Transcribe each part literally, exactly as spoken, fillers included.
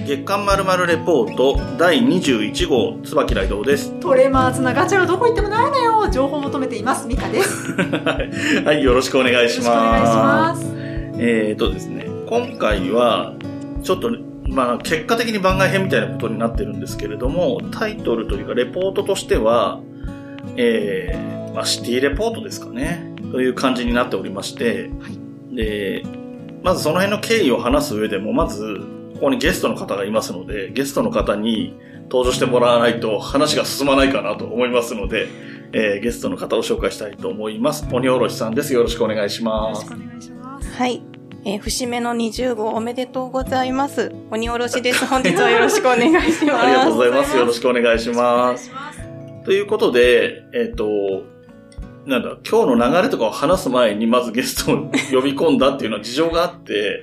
月刊まるまるレポートだいにじゅういち号椿雷堂です。 トレマーズなガチャはどこ行ってもないのよ。情報を求めていますミカです。 はい、よろしくお願いします。よろしくお願いします。えーとですね、今回はちょっとまあ結果的に番外編みたいなことになってるんですけれども、タイトルというかレポートとしては、えー、まあシティレポートですかねという感じになっておりまして、はい、でまずその辺の経緯を話す上でもまずここにゲストの方がいますので、ゲストの方に登場してもらわないと話が進まないかなと思いますので、えー、ゲストの方を紹介したいと思います。鬼おろしさんです。よろしくお願いします。 よろしくお願いします。 はい。えー、節目のにじゅう号おめでとうございます。鬼おろしです。本日はよろしくお願いします。 ありがとうございます。よろしくお願いします。ということで、えっと、なんだ、今日の流れとかを話す前にまずゲストを呼び込んだっていうのは事情があって、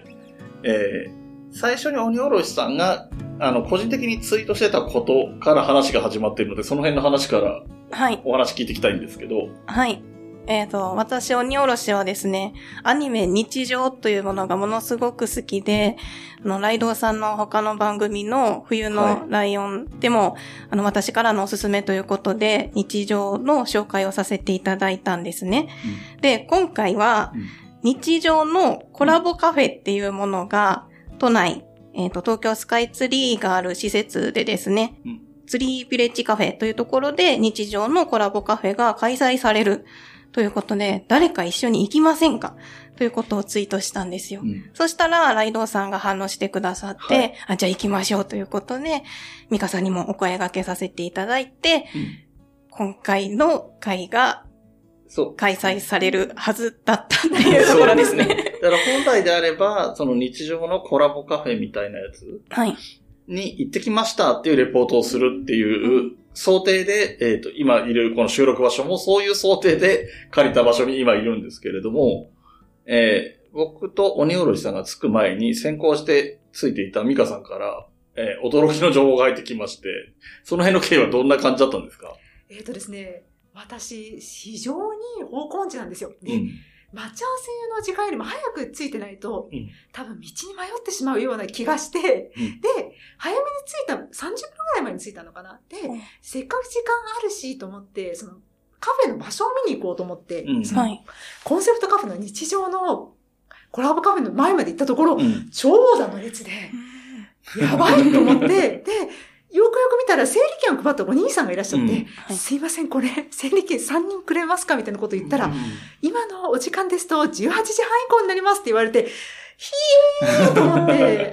えー最初に鬼おろしさんが、あの、個人的にツイートしてたことから話が始まっているので、その辺の話から、はい。お話聞いていきたいんですけど。 はい。えっと、私、鬼おろしはですね、アニメ日常というものがものすごく好きで、あの、ライドウさんの他の番組の冬のライオンでも、はい、あの、私からのおすすめということで、日常の紹介をさせていただいたんですね。うん、で、今回は、うん、日常のコラボカフェっていうものが、都内、えっと、東京スカイツリーがある施設でですね、うん、ツリービレッジカフェというところで日常のコラボカフェが開催されるということで、誰か一緒に行きませんかということをツイートしたんですよ。うん、そしたら、ライドウさんが反応してくださって、はい、あ、じゃあ行きましょうということで、ミカさんにもお声掛けさせていただいて、うん、今回の会が開催されるはずだったっていうところですね。 だから本来であれば、その日常のコラボカフェみたいなやつに行ってきましたっていうレポートをするっていう想定で、えっと、今いるこの収録場所もそういう想定で借りた場所に今いるんですけれども、えー、僕と鬼おろしさんが着く前に先行して着いていたミカさんから、えー、驚きの情報が入ってきまして、その辺の経緯はどんな感じだったんですか？ えっとですね、私、非常に方向音痴なんですよ。で、うん、待ち合わせの時間よりも早く着いてないと、うん、多分道に迷ってしまうような気がして、うん、で、早めに着いた、さんじゅっぷんぐらい前に着いたのかな。で、うん、せっかく時間あるしと思って、そのカフェの場所を見に行こうと思って、うん、そのコンセプトカフェの日常のコラボカフェの前まで行ったところ、うん、長蛇の列で、やばいと思って、で、よくよく見たら整理券を配ったお兄さんがいらっしゃって、うんはい、すいません、これ、整理券さんにんくれますかみたいなことを言ったら、うん、今のお時間ですとじゅうはちじはん以降になりますって言われて、ひえーと思って、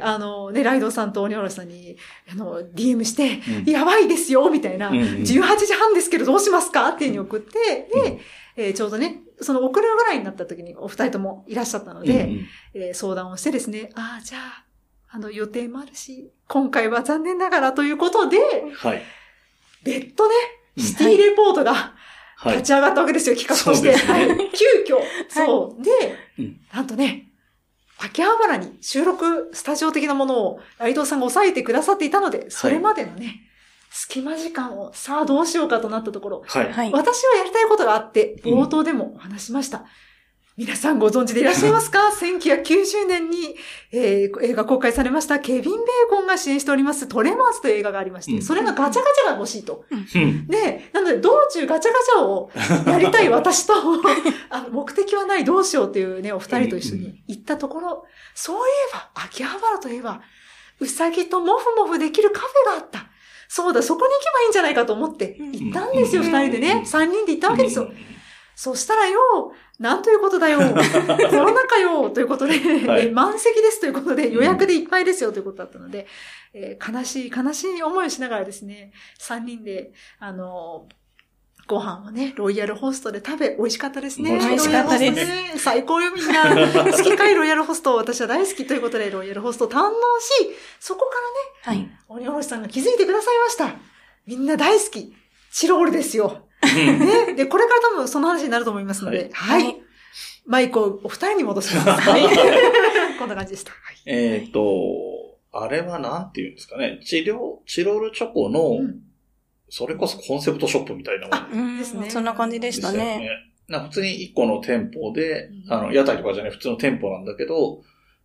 あのね、ライドさんと鬼おろしさんに、あの、ディーエム して、うん、やばいですよみたいな、うん、じゅうはちじはんですけどどうしますかっていうふうに送って、で、うんえー、ちょうどね、その送るぐらいになった時にお二人ともいらっしゃったので、うんえー、相談をしてですね、ああ、じゃあ、あの予定もあるし、今回は残念ながらということで、はい、別途ね、シティレポートが立ち上がったわけですよ、はい、企画として。はいね、急遽。そう。で、うん、なんとね、秋葉原に収録スタジオ的なものをライドウさんが抑えてくださっていたので、それまでのね、はい、隙間時間をさあどうしようかとなったところ、はい、私はやりたいことがあって、冒頭でもお話しました。うん皆さんご存知でいらっしゃいますかせんきゅうひゃくきゅうじゅうねんに、えー、映画公開されましたケビン・ベーコンが主演しておりますトレマーズという映画がありまして、うん、それがガチャガチャが欲しいと。うん、で、なので道中ガチャガチャをやりたい私とあの目的はないどうしようというね、お二人と一緒に行ったところ、そういえば、秋葉原といえば、うさぎともふもふできるカフェがあった。そうだ、そこに行けばいいんじゃないかと思って行ったんですよ、二、うん、人でね。三人で行ったわけですよ。そしたらよ、なんということだよ、コロナ禍よ、ということで、はい、満席ですということで、予約でいっぱいですよということだったので、えー、悲しい、悲しい思いをしながらですね、三人で、あの、ご飯をね、ロイヤルホストで食べ、美味しかったですね。 美味しかったです。 ね、最高よみんな。好きかいロイヤルホスト、私は大好きということで、ロイヤルホストを堪能し、そこからね、はい、鬼おろしさんが気づいてくださいました。みんな大好き。チロールですよ。ね。で、これから多分その話になると思いますので、はい。はい、マイクをお二人に戻します。はい。こんな感じでした。はい、 えっと、あれはなんて言うんですかね。チロ、チロルチョコの、うん、それこそコンセプトショップみたいなもの。 あ、うんですね。そんな感じでしたね。ねな普通に一個の店舗で、あの、屋台とかじゃない普通の店舗なんだけど、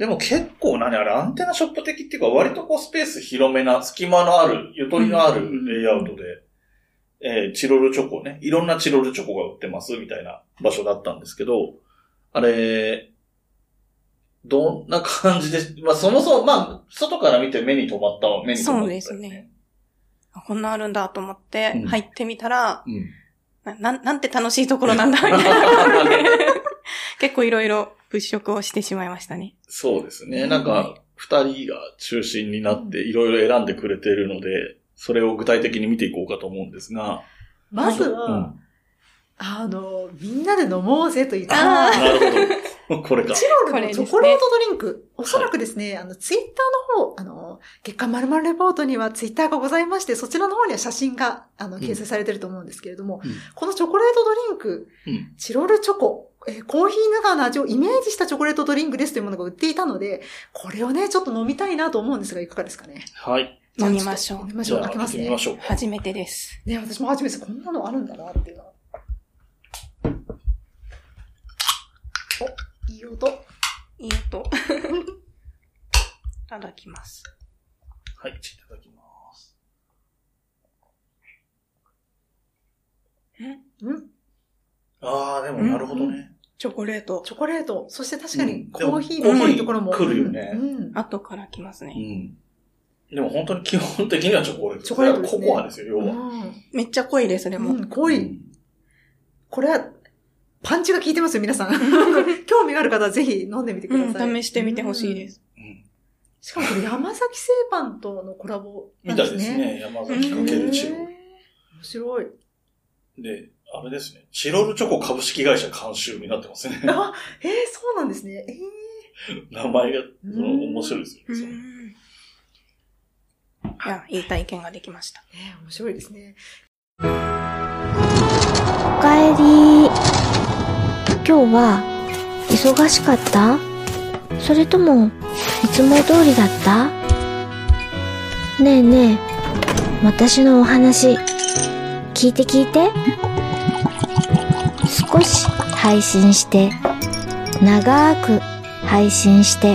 でも結構何あれ、アンテナショップ的っていうか、割とこうスペース広めな、隙間のある、ゆとりのあるレイアウトで、えー、チロルチョコね、いろんなチロルチョコが売ってますみたいな場所だったんですけど、あれ、どんな感じで、まあそもそも、まあ、外から見て目に留まったは目に留まった、ね。 そうですね。こんなあるんだと思ってうん、 入ってみたら、 うんな、ななんて楽しいところなんだ、みたいな。結構いろいろ物色をしてしまいましたね。 そうですね。なんか、二人が中心になっていろいろ選んでくれているので、それを具体的に見ていこうかと思うんですが。 まずは、 うん、 あの、みんなで飲もうぜと言ったあなるほど。これか。 チロルのチョコレートドリンク。おそらくですね、あの、ツイッターの方、あの、月刊〇〇レポートにはツイッターがございまして、そちらの方には写真が、あの、掲載されてると思うんですけれども、 うん、 このチョコレートドリンク、 うん、 チロルチョコ、えー、コーヒーヌガーの味をイメージしたチョコレートドリンクですというものが売っていたので、これをね、ちょっと飲みたいなと思うんですが、いかがですかね。 はい。 飲みましょう。 飲みましょう。開けますね。 飲みましょう。 初めてです。 ね、私も初めてです。こんなのあるんだなっていうのは。お、いい音。 いい音。いただきます。 はい、いただきます。 んんああ、でもなるほどね、うん。 チョコレート。 チョコレート。そして確かにコーヒーっぽいところも。 来るよね。 うん。 後から来ますね。 うん。でも本当に基本的にはチョコレート。 チョコレートですね。 ココアですよ、要は。 うん、 めっちゃ濃いです、でも。 うん、濃い。うん、これは、パンチが効いてますよ、皆さん。興味がある方はぜひ飲んでみてください。 うん、試してみてほしいです。 うん、しかもこれ山崎製パンとのコラボなんですね。 みたいですね、山崎かけるチロル。面白い。 で、あれですね、チロルチョコ株式会社監修になってますね。 あ、えー、そうなんですね。えー、名前が、その面白いですよね。 いや、いい体験ができました。 えー、面白いですね。 おかえり。今日は忙しかった？それともいつも通りだった？ねえねえ、私のお話聞いて聞いて。少し配信して長く配信して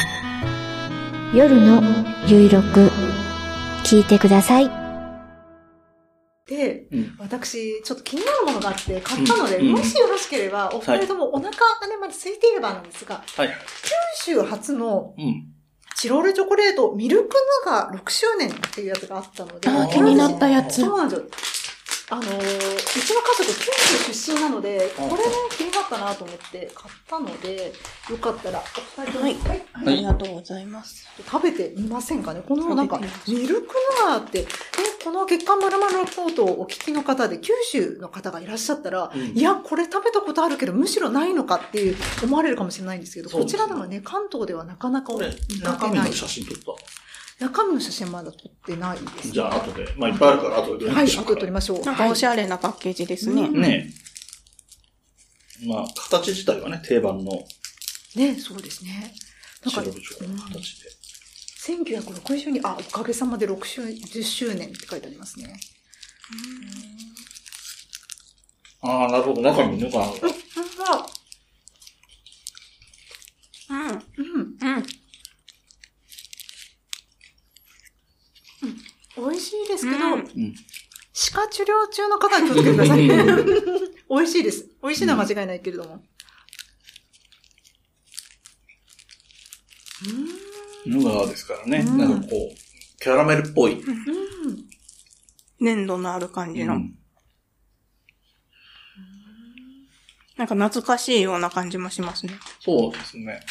夜のゆいろく聞いてください。 で、うん、私、ちょっと気になるものがあって買ったので、うん、もしよろしければ、お二人ともお腹がね、まだ空いていればなんですが、はい、九州初のチロルチョコレートミルクヌガろくしゅうねんっていうやつがあったので、 あ、気になったやつ。 そうなんですよ。あのー、うちの家族九州出身なので、これね、気になったなと思って買ったので、よかったら、お二人とも、はい、 はい。ありがとうございます。 食べてみませんかね？このなんか、ミルクヌガーって、え、この月刊まるまるレポートをお聞きの方で、九州の方がいらっしゃったら、うん、いや、これ食べたことあるけど、むしろないのかっていう思われるかもしれないんですけど、こちらではね、関東ではなかなか見かけない。 中身の写真撮った？ 中身の写真まだ撮ってないです、ね。 じゃあ、後で。まあ、いっぱいあるから、後で撮りましょう。 はい、後で撮りましょう。 なんかおしゃれなパッケージですね。 ねえ。まあ、形自体はね、定番の。 ね、そうですね。 なんか、チロルチョコの形で。うん、 せんきゅうひゃくろくじゅうに、あ、おかげさまでろくじゅっしゅうねんって書いてありますね。 うん、ああ、なるほど。中にぬかある。 うん。うん。うん。うん。美味しいですけど、うん、歯科治療中の方に気をつけてください。美味しいです。美味しいのは間違いないけれども。 うん。ヌガーですからね。うん、なんかこう、キャラメルっぽい。うん。 粘度のある感じの。うん、なんか懐かしいような感じもしますね。 そうですね。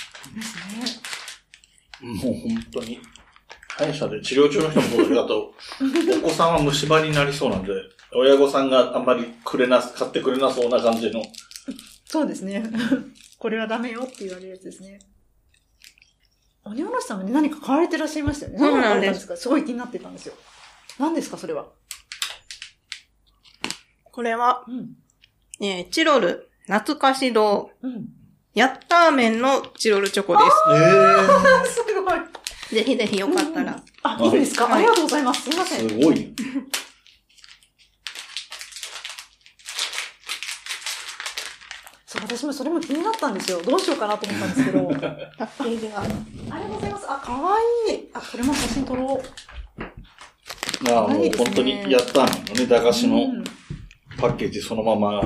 ですね。もう本当に。歯医者で治療中の人もそうだけど、お子さんは虫歯になりそうなんで、親御さんがあんまりくれな、買ってくれなそうな感じの。 そうですね。これはダメよって言われるやつですね。鬼おろしさんもね、何か買われてらっしゃいましたよね。 そうなんですか？すごい気になってたんですよ。何ですか、それは。 これは、うん、えー、チロル、懐かし堂、うん、ヤッター麺のチロルチョコです。 えー、すごい。 ぜひぜひよかったら。うん、 あ、いいですか、はい、ありがとうございます。すいません。 すごい。 そう、私もそれも気になったんですよ。どうしようかなと思ったんですけど。 パッケージが。 ありがとうございます。あ、かわいい。あ、これも写真撮ろう。 ああ、もう本当にやったのね、駄菓子のパッケージそのまま。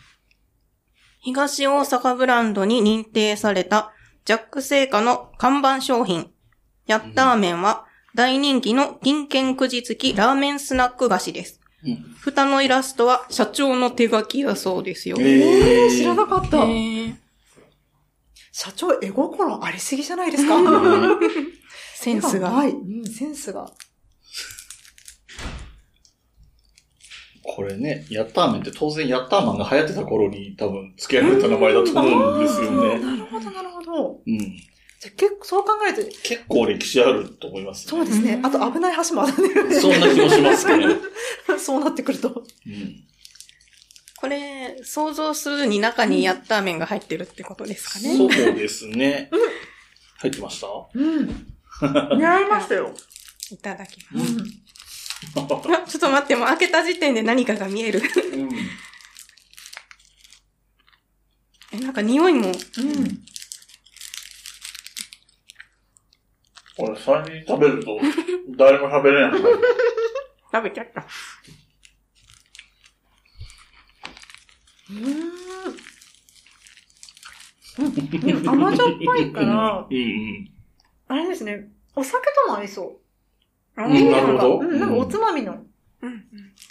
東大阪ブランドに認定されたジャック製菓の看板商品。ヤッター麺は大人気の金券くじ付きラーメンスナック菓子です。うん、蓋のイラストは社長の手書きだそうですよ。 えー、知らなかった。 えー、 社長絵心ありすぎじゃないですか。 センスが。 はい、うん、センスが。 これね、ヤッター麺って当然ヤッターマンが流行ってた頃に多分付けられた名前だと思うんですよね。 なるほど、なるほど。 うん。 じゃ結構、そう考えると。 結構歴史あると思います、ね。 そうですね。あと危ない橋もあるんだよね。 そんな気もしますね。 そうなってくると。 うん、 これ、想像するに中にヤッター麺が入ってるってことですかね。 そうですね。入ってました？ うん。似合いましたよ。 いただきます。うんちょっと待って、もう開けた時点で何かが見える。うん、え、なんか匂いも。うん。 これさんにん食べると誰も食べれない。 食べちゃった。 うーん。うん、甘じょっぱいから、うんうん、あれですね、お酒とも合いそう。 うん、なるほど。 うん、なんかおつまみの。うんうん、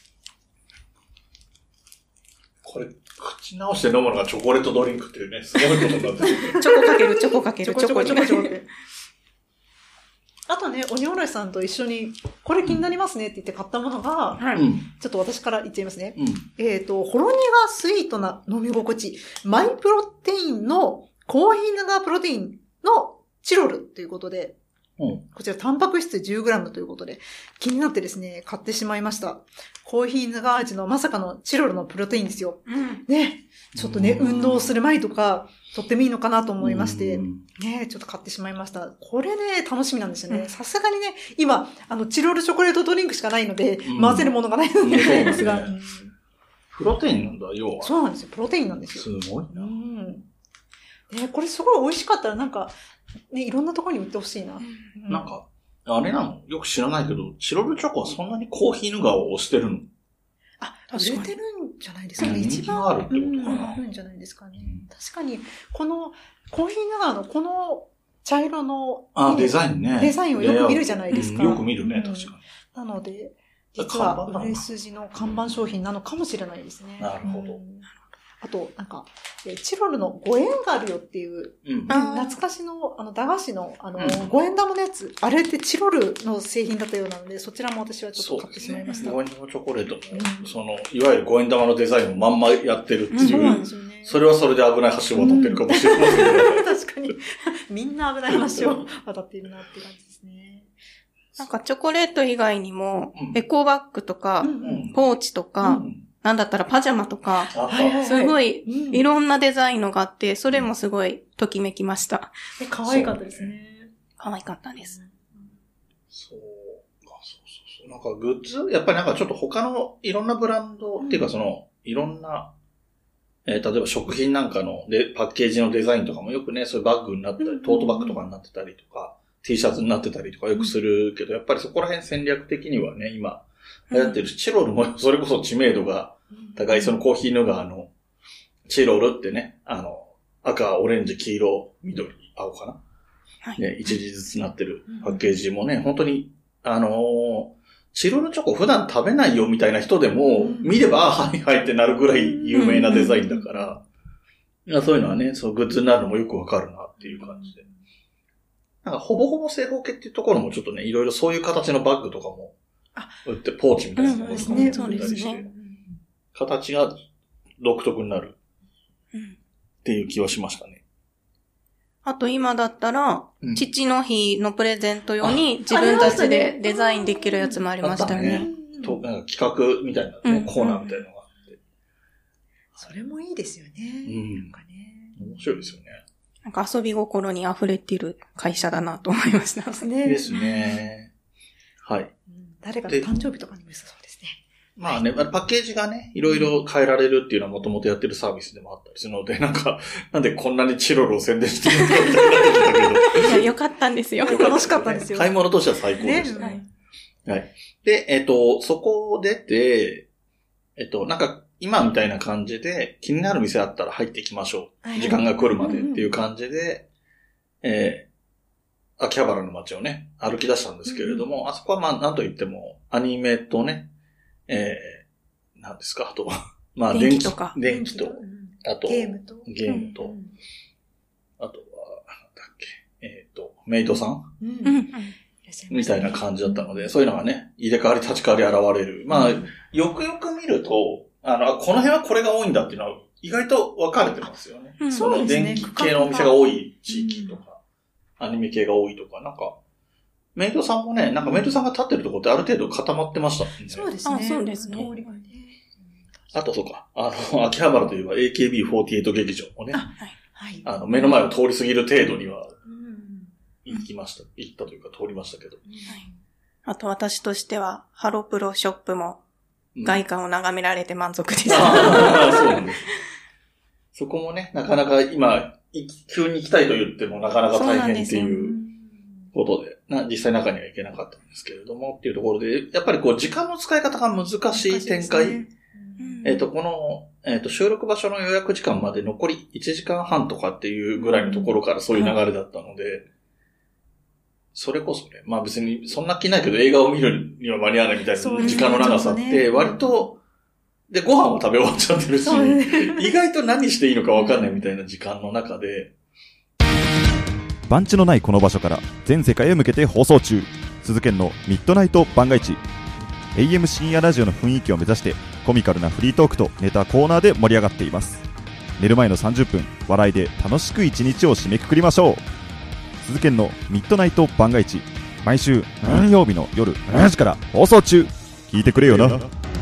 これ、口直して飲むのがチョコレートドリンクっていうね、すごいことになってる。 チョコかける、チョコかける、 チョコチョコチョコチョコって。あとね、鬼おろしさんと一緒に、これ気になりますねって言って買ったものが、はい、ちょっと私から言っちゃいますね。うん、えっと、ほろ苦スイートな飲み心地、マイプロテインのコーヒーヌガープロテインのチロルということで、うん、こちらタンパク質 じゅうグラム ということで気になってですね、買ってしまいました。コーヒーヌガー味のまさかのチロルのプロテインですよ。うん、ね、ちょっとね、運動する前とか、とってもいいのかなと思いまして、ね、ちょっと買ってしまいました。これね、楽しみなんですよね。さすがにね、今、あの、チロルチョコレートドリンクしかないので、うん、混ぜるものがないので、ないんですが、うん。 プロテインなんだ、要は。 そうなんですよ。プロテインなんですよ。 すごいな。うん。 ね、これすごい美味しかったらなんか、ね、いろんなところに売ってほしいな。 うん、なんか、あれなのよく知らないけど、チロルチョコはそんなにコーヒーヌガーを推してるの？ あ、売れてるんじゃないですかね。 一番あるってことかな。 あるんじゃないですかね。確かに、この、コーヒーヌガーのこの茶色の、 あ、デザインね。 デザインをよく見るじゃないですか。 うん、よく見るね、確かに。 なので、実は売れ筋の看板商品なのかもしれないですね。 なるほど。うん、 あと、なんか、チロルのご縁があるよっていう、うん、懐かしの、あの、駄菓子の、あの、ご縁玉のやつ、あれってチロルの製品だったようなので、そちらも私はちょっと買ってしまいました。 ご縁玉チョコレートも、うん、その、いわゆるご縁玉のデザインをまんまやってるっていう、うん、そうなんですよね。それはそれで危ない橋を渡ってるかもしれませんけど、 うん、確かに。みんな危ない橋を渡っているなって感じですね。 なんかチョコレート以外にも、エコバッグとか、うん、ポーチとか、うんなんだったらパジャマとか、すごいいろんなデザインのがあって、それもすごいときめきました。 え、可愛かったですね。 可愛かったです。 そうか、そうそうそう。なんかグッズやっぱりなんかちょっと他のいろんなブランド、うん、っていうかその、いろんな、えー、例えば食品なんかのでパッケージのデザインとかもよくね、そういうバッグになったり、うん、トートバッグとかになってたりとか、T シャツになってたりとかよくするけど、やっぱりそこら辺戦略的にはね、今流行ってるし、チロルもそれこそ知名度が、高いそのコーヒーヌガーのチロルってね、あの、赤、オレンジ、黄色、緑、青かな、はい、ね、一時ずつなってるパッケージもね、本当に、あのー、チロルチョコ普段食べないよみたいな人でも、見れば、はいはいってなるぐらい有名なデザインだから、いやそういうのはね、そうグッズになるのもよくわかるなっていう感じで。なんか、ほぼほぼ正方形っていうところもちょっとね、いろいろそういう形のバッグとかも、売ってポーチみたいなのを売ったりして、形が独特になるっていう気はしましたね。 あと今だったら、うん、父の日のプレゼント用に自分たちでデザインできるやつもありましたよね。ねとなんか企画みたいな、ね、うん、コーナーみたいなのがあって。 それもいいですよね。うん、なんかね。 面白いですよね。 なんか遊び心に溢れている会社だなと思いました。 ですね。 ですね。はい。 誰かの誕生日とかにも良さそうですね。 まあね、パッケージがね、いろいろ変えられるっていうのはもともとやってるサービスでもあったりするので、なんか、なんでこんなにチロルを宣伝してるのかみたいになってきたけど。 いや、よかったんですよ。 楽しかったんですよ。 買い物としては最高でしたね。ねはい。で、えっと、そこを出て、えっと、なんか、今みたいな感じで、気になる店あったら入っていきましょう。時間が来るまでっていう感じで、えー、秋葉原の街をね、歩き出したんですけれども、うん、あそこはまあ、なんと言っても、アニメとね、えー、何ですか、あとは、まあ、電気とか。電気と、あと、 ゲームと。 ゲームと、うん、あとは、なんだっけ、えっと、メイドさん、うん、みたいな感じだったので、うん、そういうのがね、入れ替わり立ち替わり現れる。まあ、うん、よくよく見ると、あの、この辺はこれが多いんだっていうのは、意外と分かれてますよね。うん、その電気系のお店が多い地域とか、うん、アニメ系が多いとか、なんか、メイドさんもね、なんかメイドさんが立ってるところってある程度固まってましたもんね。 そうですね。 あ、そうですね。 あとそうか、あの、秋葉原といえば エーケービーフォーティーエイト 劇場もね、 あ、はいはい、 あの、目の前を通り過ぎる程度には、行きました。行ったというか通りましたけど。はい、 あと私としては、ハロプロショップも、外観を眺められて満足でした。 あそうなんです。そこもね、なかなか今、急に行きたいと言ってもなかなか大変っていうことで、な実際中には行けなかったんですけれどもっていうところで、やっぱりこう時間の使い方が難しい展開。ねうん、えっ、ー、と、この、えっ、ー、と、収録場所の予約時間まで残りいちじかんはんとかっていうぐらいのところからそういう流れだったので、うんそれこそね、まあ別にそんな気ないけど映画を見るには間に合わないみたいな時間の長さって割と、でご飯を食べ終わっちゃってるし、意外と何していいのか分かんないみたいな時間の中で。 番地のないこの場所から全世界へ向けて放送中。鈴研のミッドナイト番外地。エーエム 深夜ラジオの雰囲気を目指してコミカルなフリートークとネタコーナーで盛り上がっています。寝る前のさんじゅっぷん、笑いで楽しく一日を締めくくりましょう。鈴研のミッドナイト番外地毎週何曜日の夜しちじから放送中聞いてくれよな。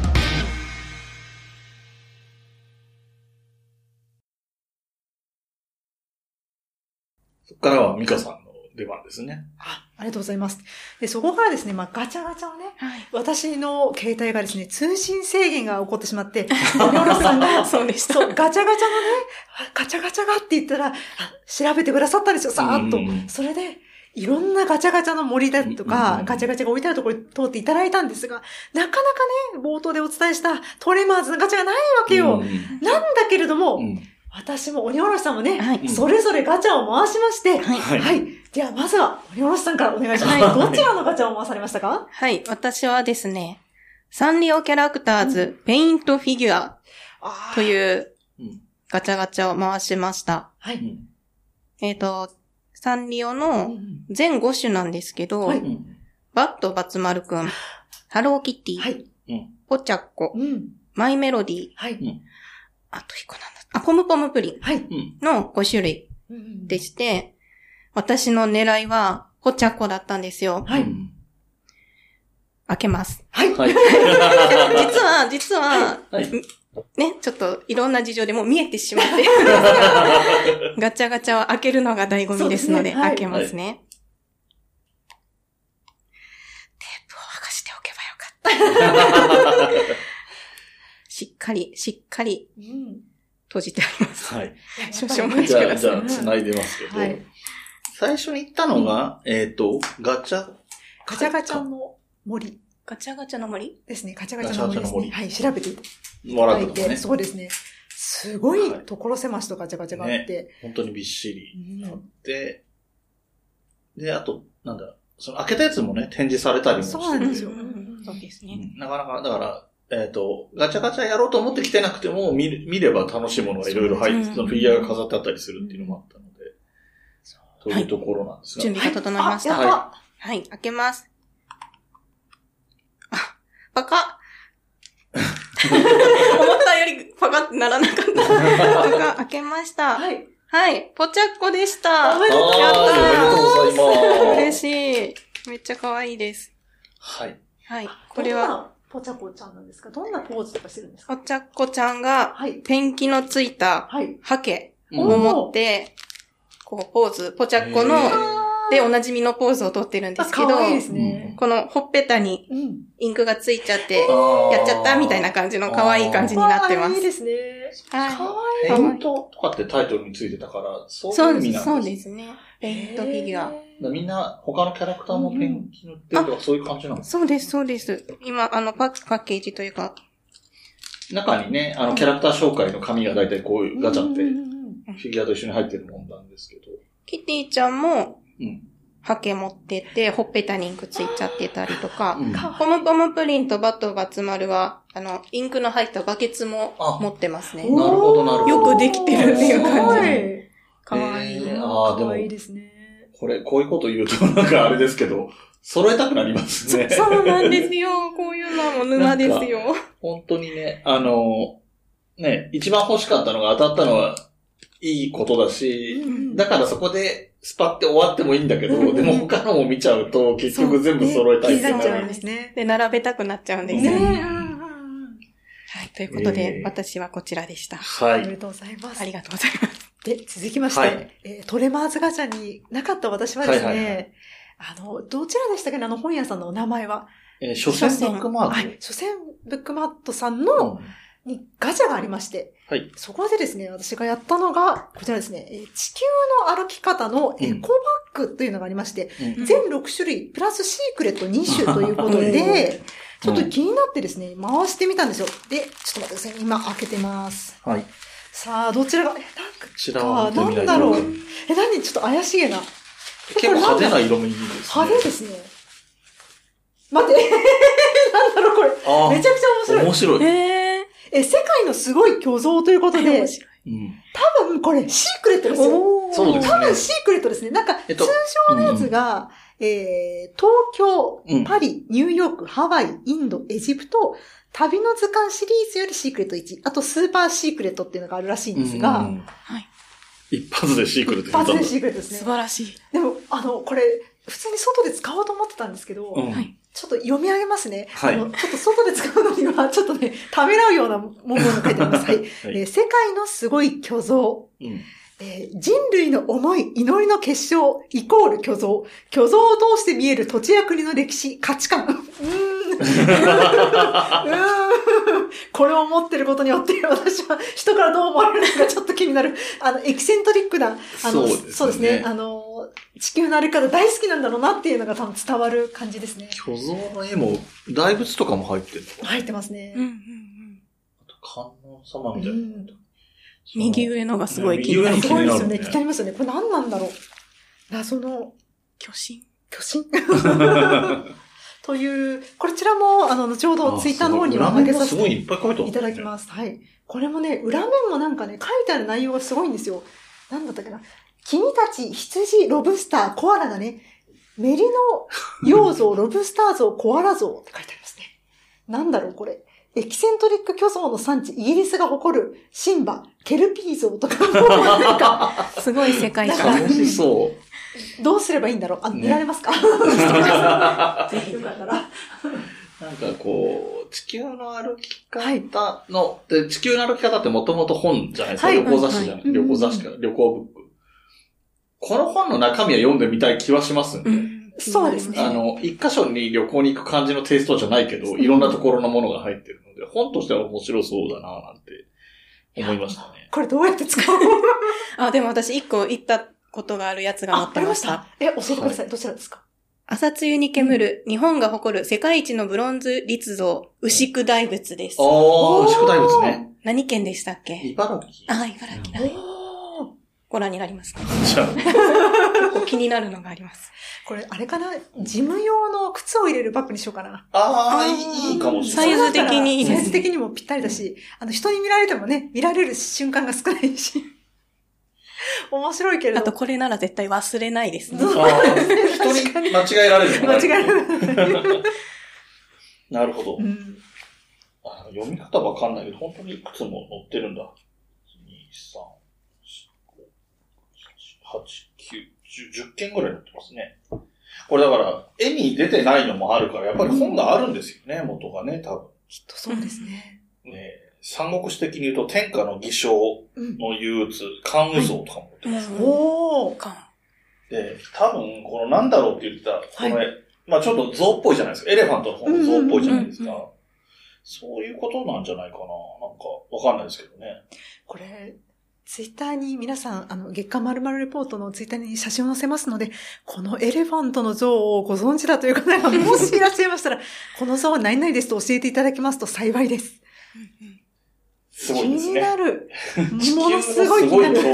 そこからはミカさんの出番ですね。 あ、ありがとうございます。で、そこからですね、まあガチャガチャをね、はい、私の携帯がですね、通信制限が起こってしまって、オロさんが、そうでした。そう、ガチャガチャのね、ガチャガチャがって言ったら、調べてくださったんですよ、さーっと。それで、いろんなガチャガチャの森だとか、ガチャガチャが置いてあるところに通っていただいたんですが、なかなかね、冒頭でお伝えしたトレマーズのガチャがないわけよ。なんだけれども、うん私も鬼おろしさんもね、はい、それぞれガチャを回しまして、はい。はい。では、まずは、鬼おろしさんからお願いします。はい、どちらのガチャを回されましたか？ はい。私はですね、サンリオキャラクターズ、うん、ペイントフィギュアというガチャガチャを回しました。はい。えっと、サンリオの全ご種なんですけど、はい、バットバツマルくん、ハローキティ、はい、ポチャッコ、うん、マイメロディー、はい、あと一個なんだ。あ、ポムポムプリンのご種類でして、はい、私の狙いは、ポチャッコだったんですよ。はい。開けます。はい。はい、実は、実は、はい、ね、ちょっといろんな事情でもう見えてしまってるんですが、ガチャガチャは開けるのが醍醐味ですので、でねはい、開けますね。はい、テープを剥がしておけばよかった。しっかり、しっかり。うん閉じてあります。はい。少々お待ちください。 じゃあ、じゃあ、繋いでますけど。はい。最初に言ったのが、うん、えっ、ー、と、ガチャ。 ガチャガチャの森。 ガチャガチャの森ですね。ガチャガチャの森ですね。はい。調べてもらってね。 そうですね。すごい所狭しとガチャガチャがあって。ね、 本当にびっしりあって、うん、で、あと、なんだ、その開けたやつもね、展示されたりもして。 そうなんですよ。 そうですね。 なかなか、だから、えっ、ー、と、ガチャガチャやろうと思ってきてなくても、見、見れば楽しいものがいろいろ入って、そのフィギュアが飾ってあったりするっていうのもあったので、そういうところなんですが。 準備が整いました。 はい。 はい、開けます。あ、パカッ思ったよりパカってならなかった。パカ開けました。はい。はい、ポチャッコでした。 おめでとうございます。 おめでとうございます。 嬉しい。めっちゃ可愛いです。 はい。 はい。これは、 ポチャコちゃんなんですか？どんなポーズとかしてるんですか？ ポチャコちゃんが、ペンキのついた、ハケを持って、こう、ポーズ、ポチャコの、で、おなじみのポーズをとってるんですけど、 可愛いですね。 、このほっぺたにインクがついちゃって、やっちゃったみたいな感じの可愛い感じになってます。 いいですね。 はい。 可愛い。ペイントとかってタイトルについてたから、そういう意味なんです。 そうですね。ペイントフィギュア。 みんな他のキャラクターもペンキ塗ってるとかそういう感じなんですか？ そうです、そうです。今、あのパッ、パッケージというか。 中にね、あの、キャラクター紹介の紙がだいたいこういうガチャって、フィギュアと一緒に入ってるもんなんですけど。 キティちゃんも、ハケ持ってて、ほっぺたにインクついちゃってたりとか、うん、ポムポムプリンとバットバツ丸は、あの、インクの入ったバケツも持ってますね。 なるほど、なるほど。 よくできてるっていう感じ。 かわいい。 えー、ああ、でも、 いいですね。 これ、こういうこと言うとなんかあれですけど、揃えたくなりますね。 そ, そうなんですよ。こういうのも沼ですよ。 本当にね、あの、ね、一番欲しかったのが当たったのはいいことだし、うん、だからそこでスパって終わってもいいんだけど、うん、でも他のも見ちゃうと結局全部揃えたいってなるんですね。で、並べたくなっちゃうんですよね。ね、はい、ということで、えー、私はこちらでした。 はい。 ありがとうございます。 ありがとうございます。 で、続きまして、はいえー、トレマーズガチャになかった私はですね、はいはいはい、あの、どちらでしたっけね、あの本屋さんのお名前は。 えー、書店ブックマート。 はい、書店ブックマートさんの、うんにガチャがありまして、はい。そこでですね、私がやったのが、こちらですね、地球の歩き方のエコバッグというのがありまして、うん、全ろく種類、プラスシークレットに種ということで、ちょっと気になってですね、回してみたんですよ。で、ちょっと待ってください。今開けてます。 はい。 さあ、どちらが、え、なんか、 こちらはなんだろう。え、何ちょっと怪しげな。 結構派手な色味ですね。 派手ですね。待って、なんだろうこれ。めちゃくちゃ面白い。 面白い。 えーえ、世界のすごい巨像ということで、面白い。うん、多分これシークレットですよ。 そうですね。 多分シークレットですね。なんか、通常のやつが、えっと、えー、東京、パリ、ニューヨーク、ハワイ、インド、エジプト、旅の図鑑シリーズよりシークレットいち、あとスーパーシークレットっていうのがあるらしいんですが、はい、 一発でシークレット一発でシークレットですね。 素晴らしい。 でも、あの、これ、普通に外で使おうと思ってたんですけど、うんはいちょっと読み上げますね。はい。あの、ちょっと外で使うのには、ちょっとね、ためらうような文言が書いてあります。はい。はい、えー、世界のすごい巨像。うんえー。人類の思い、祈りの結晶、イコール巨像。巨像を通して見える土地や国の歴史、価値観。うーん。うーん。これを持ってることによって、私は人からどう思われるのかちょっと気になる。あの、エキセントリックな、あの、そうですね。そうですねあの、地球の歩き方大好きなんだろうなっていうのが多分伝わる感じですね。 巨像の絵も、大仏とかも入ってるの？ 入ってますね。うんうんうん。 あと観音様みたいな。うん、 右上のがすごい気になる。 すごいですよね。気になりますよね。これ何なんだろう。謎の巨神巨神という、こちらも、あの、後ほどツイッターの方には上げさせていただきます。はい。これもね、裏面もなんかね、書いてある内容がすごいんですよ。なんだったっけな。君たち、羊、ロブスター、コアラだね。メリノ幼像、ロブスター像、コアラ像って書いてありますね。なんだろう、これ。エキセントリック巨像の産地、イギリスが誇るシンバ、ケルピー像とか、なんかすごい世界観。 楽しそう。 どうすればいいんだろうあ、ね、見られますかぜひよかったら。 なんかこう、地球の歩き方の、はい、で地球の歩き方ってもともと本じゃないですか。はい、旅行雑誌じゃない、はい、旅行雑誌か、うん、旅行ブック。この本の中身は読んでみたい気はしますんで。うん、 そうですね。 あの、一箇所に旅行に行く感じのテイストじゃないけど、いろんなところのものが入ってるので、本としては面白そうだなぁなんて思いましたね。 これどうやって使うあ、でも私一個行ったことがあるやつが載ってました。 あ、え、教えてください。はい、どちらですか？ 朝露に煙る、うん、日本が誇る世界一のブロンズ立像、牛久大仏です。 ああ、牛久大仏ね。 何県でしたっけ？ 茨城。 あ、茨城だ。ご覧になりますか？じゃあ。結構気になるのがあります。 これ、あれかな事務用の靴を入れるバッグにしようかな。 ああ、いいかもしれない。 サイズ的にいいですね。 サイズ的にもぴったりだし、あの、人に見られてもね、見られる瞬間が少ないし。面白いけれど。 あと、これなら絶対忘れないですね。 あ人に間違えられるの間違えられる。 なるほど、うん、あ。読み方わかんないけど、本当にいくつも載ってるんだ。に、さん、よん、ご、はち、きゅう、じゅう、じゅっけんぐらい載ってますね。これだから、絵に出てないのもあるから、やっぱり本があるんですよね、うん、元がね、多分。 きっとそうですね。 ね三国志的に言うと、天下の偽証の憂鬱、関羽像とかも載ってますね。 おー。 で、多分、このなんだろうって言った、この絵、はい、 まあちょっと象っぽいじゃないですか。エレファントの方も象っぽいじゃないですか。うんうんうんうん、そういうことなんじゃないかな。なんかわかんないですけどね。 これ、ツイッターに皆さん、あの、月刊〇〇レポートのツイッターに写真を載せますので、このエレファントの像をご存知だという方がもしいらっしゃいましたら、この像は何々ですと教えていただけますと幸いです。 すごいですね。 気になる。ものすごい気になる。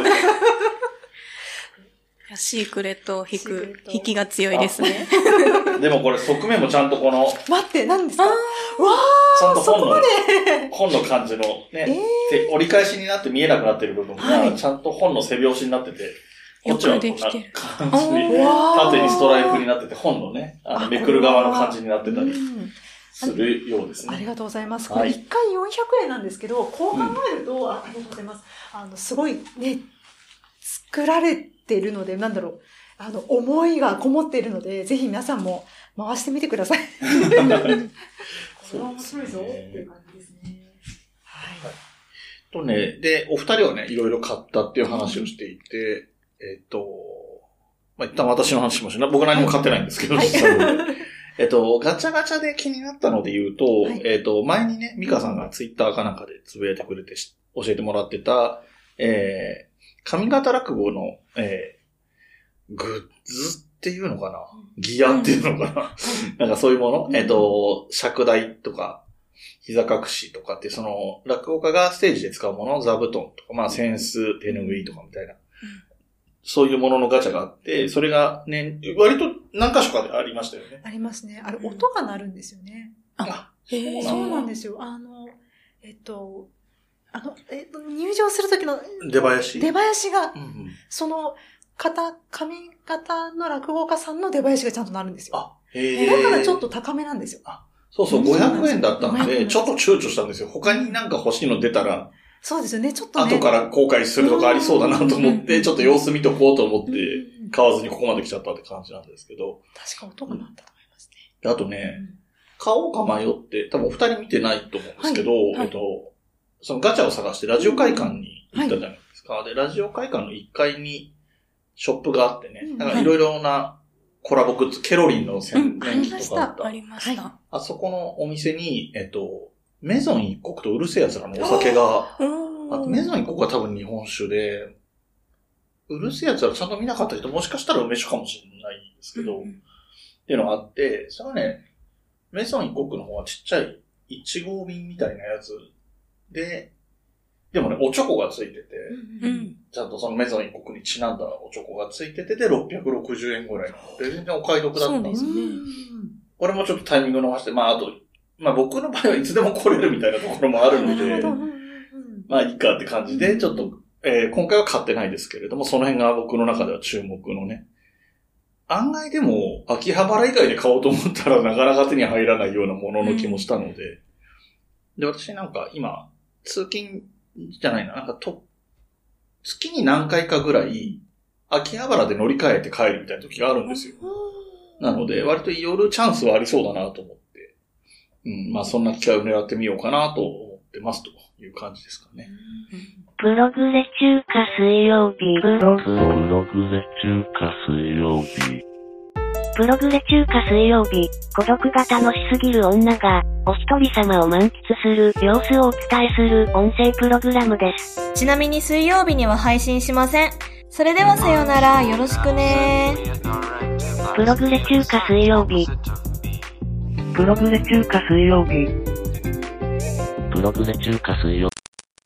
シークレットを引く、引きが強いですね。 でもこれ側面もちゃんとこの。 待って、何ですか？わー、そこまで。 本の感じのね、えー、折り返しになって見えなくなってる部分が、ちゃんと本の背表紙になってて、こっちはこんな感じに、縦にストライプになってて、本のね、あのめくる側の感じになってたりするようですね。 ありがとうございます。これいっかいよんひゃくえんなんですけど、こう考えると、うん、あ、ありがとうございます。あの、すごいね、作られているので、なんだろう、あの、思いがこもっているので、ぜひ皆さんも回してみてください。これは面白いぞっていう感じですね。はい。はい、 とね、で、お二人はね、いろいろ買ったっていう話をしていて、えっと、まあ、一旦私の話しましょう。僕何も買ってないんですけど、はい、実際に。えっと、ガチャガチャで気になったので言うと、はい、えっと、前にね、ミカさんがツイッターかなんかでつぶやいてくれて教えてもらってた、えー、上方落語の、えー、グッズっていうのかな、ギアっていうのかな、なんかそういうもの、えっと、尺台とか、膝隠しとかって、その、落語家がステージで使うもの、座布団とか、まあ、扇子、手拭いとかみたいな、そういうもののガチャがあって、それがね、割と何箇所かでありましたよね。 ありますね。あれ、音が鳴るんですよね。 あ、 へそうなんですよ。あの、えっと、あの、えっと、入場するときの出囃子出囃子が、 うんうん、 その、方、上方の落語家さんの出囃子がちゃんと鳴るんですよ。 あ、へえ。 だからちょっと高めなんですよ。 あ、そうそう、ごひゃくえんだったので、ちょっと躊躇したんですよ。他になんか欲しいの出たら、 そうですよね、ちょっとね。 後から後悔するとかありそうだなと思って、ちょっと様子見とこうと思って、買わずにここまで来ちゃったって感じなんですけど。 確か音が鳴ったと思いますね。あとね、買おうか迷って、多分お二人見てないと思うんですけど、えっと、そのガチャを探してラジオ会館に行ったじゃないですか。で、ラジオ会館のいっかいにショップがあってね、なんかいろいろなコラボグッズ、ケロリンの宣伝機とかあった。 ありました。 あそこのお店に、えっと、メゾン一国とうるせえ奴らのお酒が、あとメゾン一国は多分日本酒で、うるせえ奴らちゃんと見なかった人もしかしたら梅酒かもしれないんですけど、うんうん、っていうのがあって、それはね、メゾン一国の方はちっちゃいいち号瓶みたいなやつで、でもね、おチョコがついてて、うんうん、ちゃんとそのメゾン一国にちなんだおチョコがついててでろっぴゃくろくじゅうえんぐらいなので、全然お買い得だったんですよね。これもちょっとタイミング逃して、まああと、まあ僕の場合はいつでも来れるみたいなところもあるので、まあいいかって感じで、ちょっと、えー、今回は買ってないですけれども、その辺が僕の中では注目のね。案外でも、秋葉原以外で買おうと思ったらなかなか手に入らないようなものの気もしたので。で、私なんか今、通勤じゃないな、なんかと、月に何回かぐらい、秋葉原で乗り換えて帰るみたいな時があるんですよ。なので、割と夜チャンスはありそうだなと思って。うん、まあそんな機会を狙ってみようかなと思ってますという感じですかね。 プログレ中華水曜日。プログレ中華水曜日。プログレ中華水曜日。孤独が楽しすぎる女が、お一人様を満喫する様子をお伝えする音声プログラムです。 ちなみに水曜日には配信しません。それではさよなら、よろしくね。 プログレ中華水曜日。プログレ中華水曜日。プログレ中華水曜日。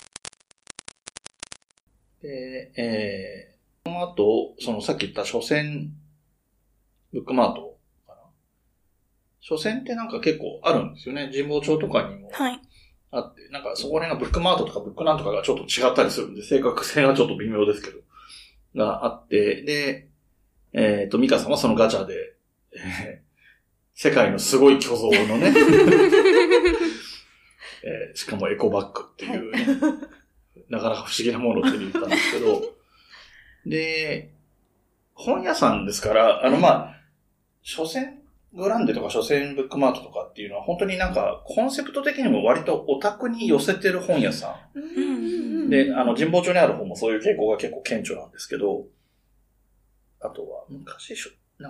で、えー、この後、そのさっき言った書店、ブックマートかな。書店ってなんか結構あるんですよね。神保町とかにも。 はい。 あって、なんかそこら辺がブックマートとかブックなんとかがちょっと違ったりするんで、正確性がちょっと微妙ですけど、があって、で、えっと、ミカさんはそのガチャで、えー世界のすごい巨像のね、えー、しかもエコバッグっていう、ね、はい、なかなか不思議なものを手に入れたんですけど、で、本屋さんですから、あのまあ、書店グランデとか書店ブックマートとかっていうのは本当になんかコンセプト的にも割とオタクに寄せてる本屋さん。で、あの神保町にある本もそういう傾向が結構顕著なんですけど、あとは昔、なんか、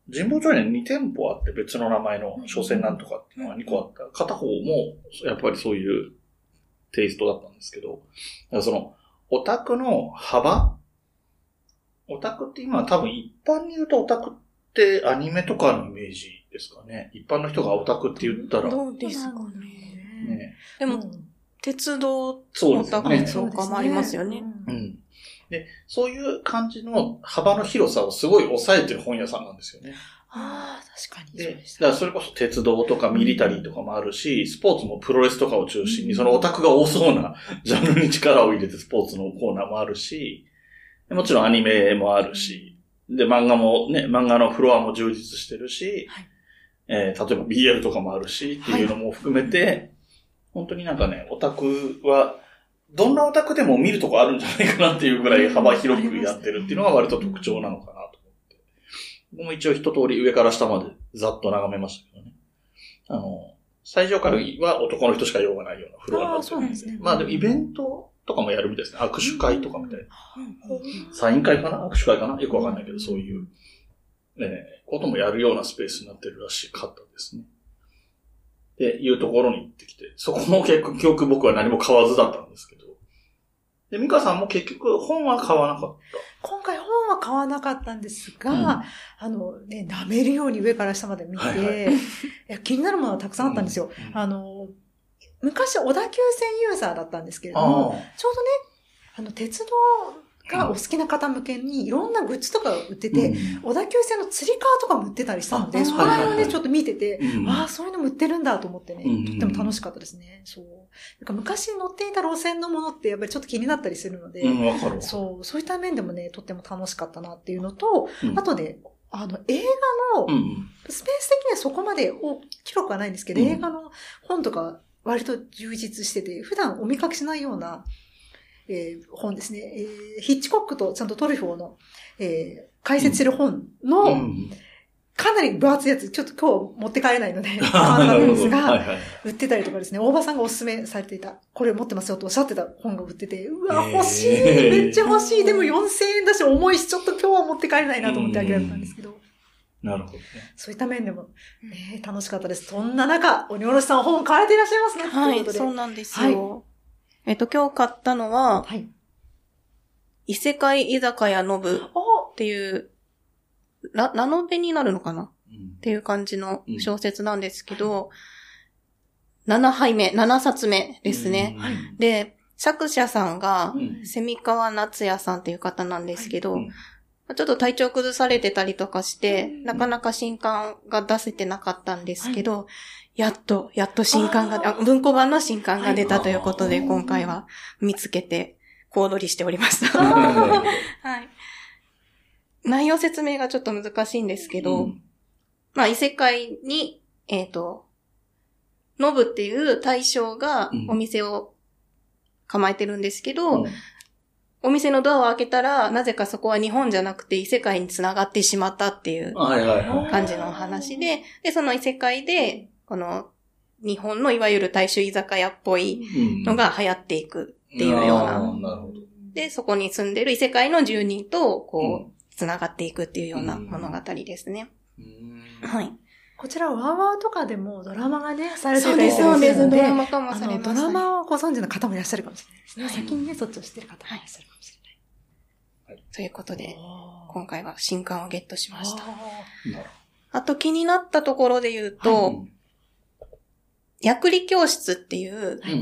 神保町にに店舗あって別の名前の商船なんとかっていうのがにこあった。片方もやっぱりそういうテイストだったんですけど、だからそのオタクの幅オタクって今多分一般に言うとオタクってアニメとかのイメージですかね。一般の人がオタクって言ったら。 どうですかね。ねでも、うん、鉄道オタクとかもありますよね。 うん。で、そういう感じの幅の広さをすごい抑えてる本屋さんなんですよね。 ああ、確かに。 で、だからそれこそ鉄道とかミリタリーとかもあるし、スポーツもプロレスとかを中心に、そのオタクが多そうなジャンルに力を入れてスポーツのコーナーもあるし、もちろんアニメもあるし、で、漫画もね、漫画のフロアも充実してるし、はい、えー、例えば ビーエル とかもあるし、っていうのも含めて、はい、本当になんかね、オタクは、どんなオタクでも見るとこあるんじゃないかなっていうぐらい幅広くやってるっていうのが割と特徴なのかなと思って。僕も一応一通り上から下までざっと眺めましたけどね。あの、最上階は男の人しか用がないようなフロアになってるんで。あ、そうですね。まあでもイベントとかもやるみたいですね。握手会とかみたいな。サイン会かな握手会かなよくわかんないけど、そういう、ね、こともやるようなスペースになってるらしかったですね。っていうところに行ってきて、そこも結局僕は何も買わずだったんですけど。で、ミカさんも結局本は買わなかった。 今回本は買わなかったんですが、うん、あのね、舐めるように上から下まで見て、はいはい、いや気になるものはたくさんあったんですよ。うんうん、あの、昔小田急線ユーザーだったんですけれども、ちょうどね、あの、鉄道がお好きな方向けにいろんなグッズとか売ってて、うん、小田急線の釣り革とかも売ってたりしたので、そこら辺をね、ちょっと見てて、うん、ああ、そういうのも売ってるんだと思ってね、うん、とっても楽しかったですね。そう。なんか昔乗っていた路線のものってやっぱりちょっと気になったりするので、 うん、わかる。 そう、そういった面でもね、とっても楽しかったなっていうのと、うん、あとで、あの、映画の、うん、スペース的にはそこまで大きくはないんですけど、うん、映画の本とか割と充実してて、普段お見かけしないような、えー、本ですね、えー。ヒッチコックとちゃんとトリュフォーの、えー、解説してる本の、うん、かなり分厚いやつ、ちょっと今日持って帰れないので、買わなかったんですが、はいはい、売ってたりとかですね、大場さんがおすすめされていた、これ持ってますよとおっしゃってた本が売ってて、うわ、欲しい、めっちゃ欲しい、でもよんせんえんだし重いし、ちょっと今日は持って帰れないなと思って諦めたんですけど。 なるほどね。 そういった面でも、ね、楽しかったです。そんな中、鬼おろしさん本買われていらっしゃいますね。 はい、そうなんですよ。はいえっと、今日買ったのは、はい、異世界居酒屋のぶっていう、ラ、ラノベになるのかな、うん、っていう感じの小説なんですけど、うん、ななはいめ、ななさつめですね。うん、で、作者さんが、蝉川夏也さんっていう方なんですけど、うんちょっと体調崩されてたりとかして、なかなか新刊が出せてなかったんですけど、はい、やっと、やっと新刊が、文庫版の新刊が出たということで、今回は見つけて、小躍りしておりました。はい。内容説明がちょっと難しいんですけど、うん、まあ、異世界に、えっと、ノブっていう大将がお店を構えてるんですけど、うんお店のドアを開けたら、なぜかそこは日本じゃなくて異世界に繋がってしまったっていう感じのお話で、で、その異世界で、この日本のいわゆる大衆居酒屋っぽいのが流行っていくっていうような。うん、なるほど。で、そこに住んでる異世界の住人と、こう、繋がっていくっていうような物語ですね。うん、はい。 こちら、ワーワーとかでもドラマがね、されてたりするので、そうです、そうです。ドラマ化もされます、ね。 ドラマをご存知の方もいらっしゃるかもしれないですね。はい、先にね、そっちを知ってる方もいらっしゃるかもしれない。 はい、ということで、今回は新刊をゲットしました。あと気になったところで言うと、はい、薬理教室っていう、はい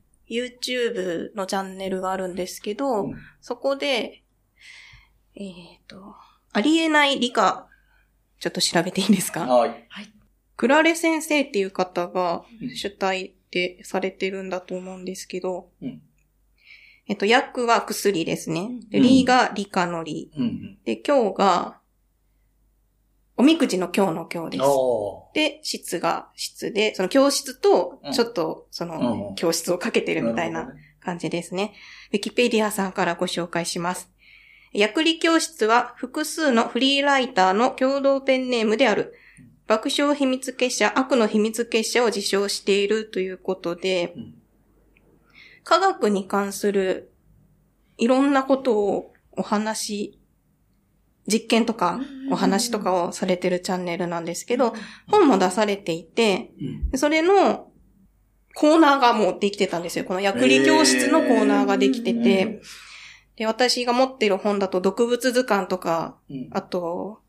、YouTube のチャンネルがあるんですけど、うん、そこで、えっと、ありえない理科、ちょっと調べていいですか？はい。はい。クラレ先生っていう方が主体でされてるんだと思うんですけど、うん、えっと、薬は薬ですね。で、理が理科の理。うん、で、今日が、おみくじの今日の今日です。で、室が室で、その教室と、ちょっと、その、教室をかけてるみたいな感じですね。ウィキペディアさんからご紹介します。薬理教室は複数のフリーライターの共同ペンネームである。爆笑秘密結社、悪の秘密結社を自称しているということで、うん、科学に関するいろんなことをお話し実験とかお話とかをされてるチャンネルなんですけど、本も出されていて、それのコーナーがもうできてたんですよ。この薬理教室のコーナーができてて、で、私が持ってる本だと毒物図鑑とか、あと、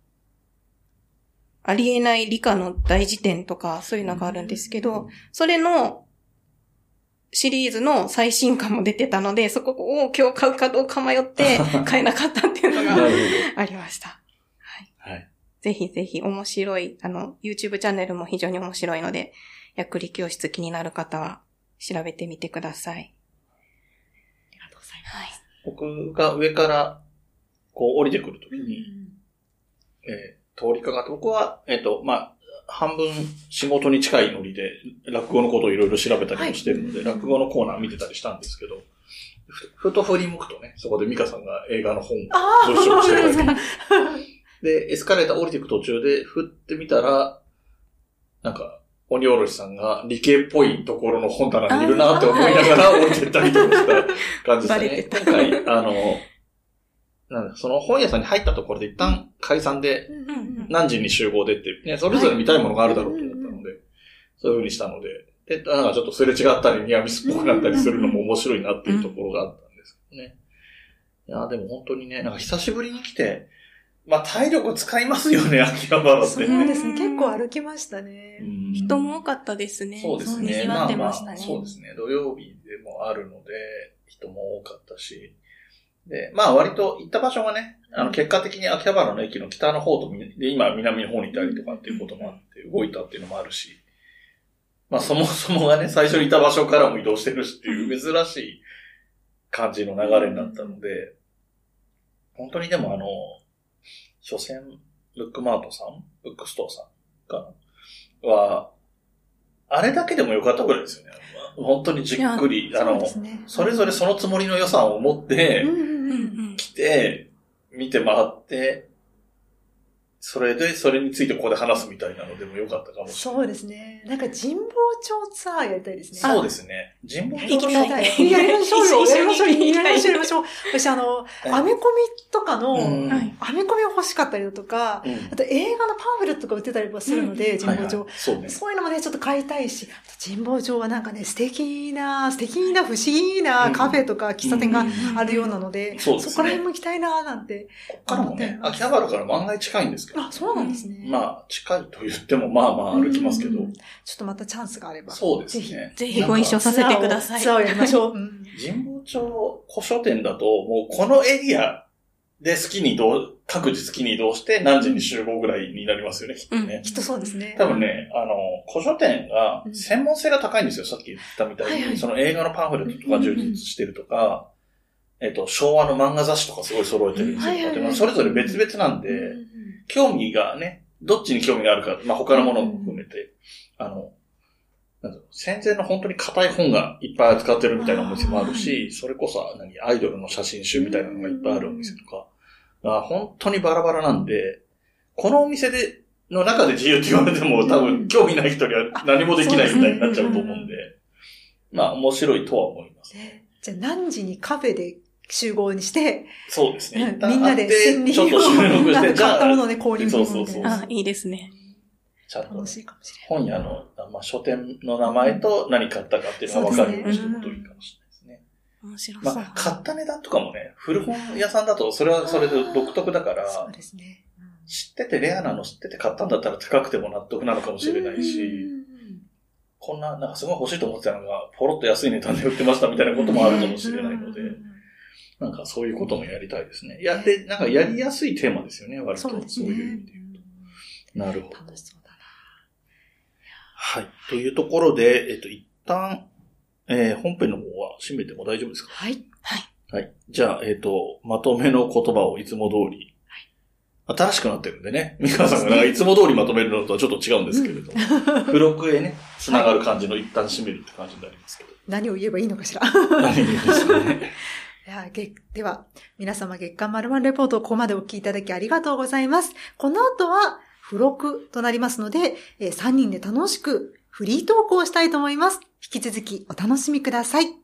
ありえない理科の大辞典とかそういうのがあるんですけど、それのシリーズの最新刊も出てたので、そこを今日買うかどうか迷って買えなかったっていうのがありました。はい。はい。ぜひぜひ面白い、あの、YouTube チャンネルも非常に面白いので、薬理教室気になる方は調べてみてください。 ありがとうございます。はい、 僕が上からこう降りてくるときに、うんえー、通りかかって、僕は、えっと、まあ、半分仕事に近いノリで落語のことをいろいろ調べたりもしてるので、はい、落語のコーナー見てたりしたんですけど、ふ, ふと振り向くとね、そこで美香さんが映画の本をご一緒してるわけで、エスカレーター降りていく途中で振ってみたら、なんか、鬼おろしさんが理系っぽいところの本棚にいるなって思いながら降りてったりとかした感じでしたね。今回、あの、なんだ、その本屋さんに入ったところで一旦解散で何時に集合でって、ね、それぞれ見たいものがあるだろうと思ったので、そういう風にしたので、で、なんかちょっとすれ違ったりニアミスっぽくなったりするのも面白いなっていうところがあったんですけどね。いや、でも本当にね、なんか久しぶりに来て、まあ体力使いますよね、秋葉原ってね。 そうですね、結構歩きましたね。 人も多かったですね。 そうですね。 賑わってましたね。 まあまあ、そうですね。土曜日でもあるので、人も多かったし、で、まあ割と行った場所がね、あの結果的に秋葉原の駅の北の方と、で、今南の方にいたりとかっていうこともあって、動いたっていうのもあるし、まあそもそもがね、最初にいた場所からも移動してるしっていう珍しい感じの流れになったので、本当にでもあの、所詮、ブックマートさん、ブックストアさんかは、あれだけでもよかったぐらいですよね。本当にじっくり、あの、そ, ね、それぞれそのつもりの予算を持って、来て、見て回って、それで、それについてここで話すみたいなのでもよかったかもしれない。 そうですね。なんか神保町ツアーやりたいですね。 そうですね。神保町ツアーやりたい。やりましょうよ。やりましょう。やりましょう。やりましょう。私あの、アメコミとかの、アメコミ欲しかったりだとか、あと映画のパンフレットとか売ってたりもするので、神保町。そういうのもね、ちょっと買いたいし、神保町はなんかね、素敵な、素敵な不思議なカフェとか喫茶店があるようなので、そこら辺も行きたいなーなんて。 ここからもね、秋葉原からも案外近いんですけど。 あ、そうなんですね。 まあ、近いと言っても、まあまあ歩きますけど。 ちょっとまたチャンスがあれば。 そうですね。 ぜひご一緒させてください。 ツアーをやりましょう。 神保町古書店だと、もうこのエリアで好きに移動、各自好きに移動して何時に集合ぐらいになりますよね、きっとね。 きっとそうですね。 多分ね、あの、古書店が専門性が高いんですよ、さっき言ったみたいに。その映画のパンフレットとか充実してるとか、えっと、昭和の漫画雑誌とかすごい揃えてるんですよ。それぞれ別々なんで、興味がね、どっちに興味があるか、まあ、他のものも含めて、あの、なんだろう、戦前の本当に硬い本がいっぱい扱ってるみたいなお店もあるし、それこそ何、アイドルの写真集みたいなのがいっぱいあるお店とか、あ本当にバラバラなんで、このお店で、の中で自由って言われても多分興味ない人には何もできないみたいになっちゃうと思うんで、まあ面白いとは思います。 じゃあ何時にカフェで集合にして、 そうですね。 みんなで千人ちょっと収録して、 買ったもので交流そうそうそう。 あ、いいですね。 ちゃんと本屋の、まあ、書店の名前と何買ったかっていうのが分かるようにしてるといいかもしれないですね。 面白そう。 まあ、買った値段とかもね、古本屋さんだとそれはそれで独特だから、 そうですね。 知っててレアなの知ってて買ったんだったら高くても納得なのかもしれないし、こんな、なんかすごい欲しいと思ってたのが、ポロッと安い値段で売ってましたみたいなこともあるかもしれないので、なんかそういうこともやりたいですね。やって、なんかやりやすいテーマですよね、割と。そうですね。そういう意味で言うと。なるほど。楽しそうだな。はい。というところで、えっと、一旦、えー、本編の方は締めても大丈夫ですか？ はい。 はい。 はい。じゃあ、えっと、まとめの言葉をいつも通り。はい。新しくなってるんでね。三河さんがなんかいつも通りまとめるのとはちょっと違うんですけれども。付録へね、つながる感じの一旦締めるって感じになりますけど。 何を言えばいいのかしら。 何を言うんですかね。 いやでは、皆様月刊まるまるレポートをここまでお聞きいただきありがとうございます。この後は付録となりますので、えー、さんにんで楽しくフリートークをしたいと思います。引き続きお楽しみください。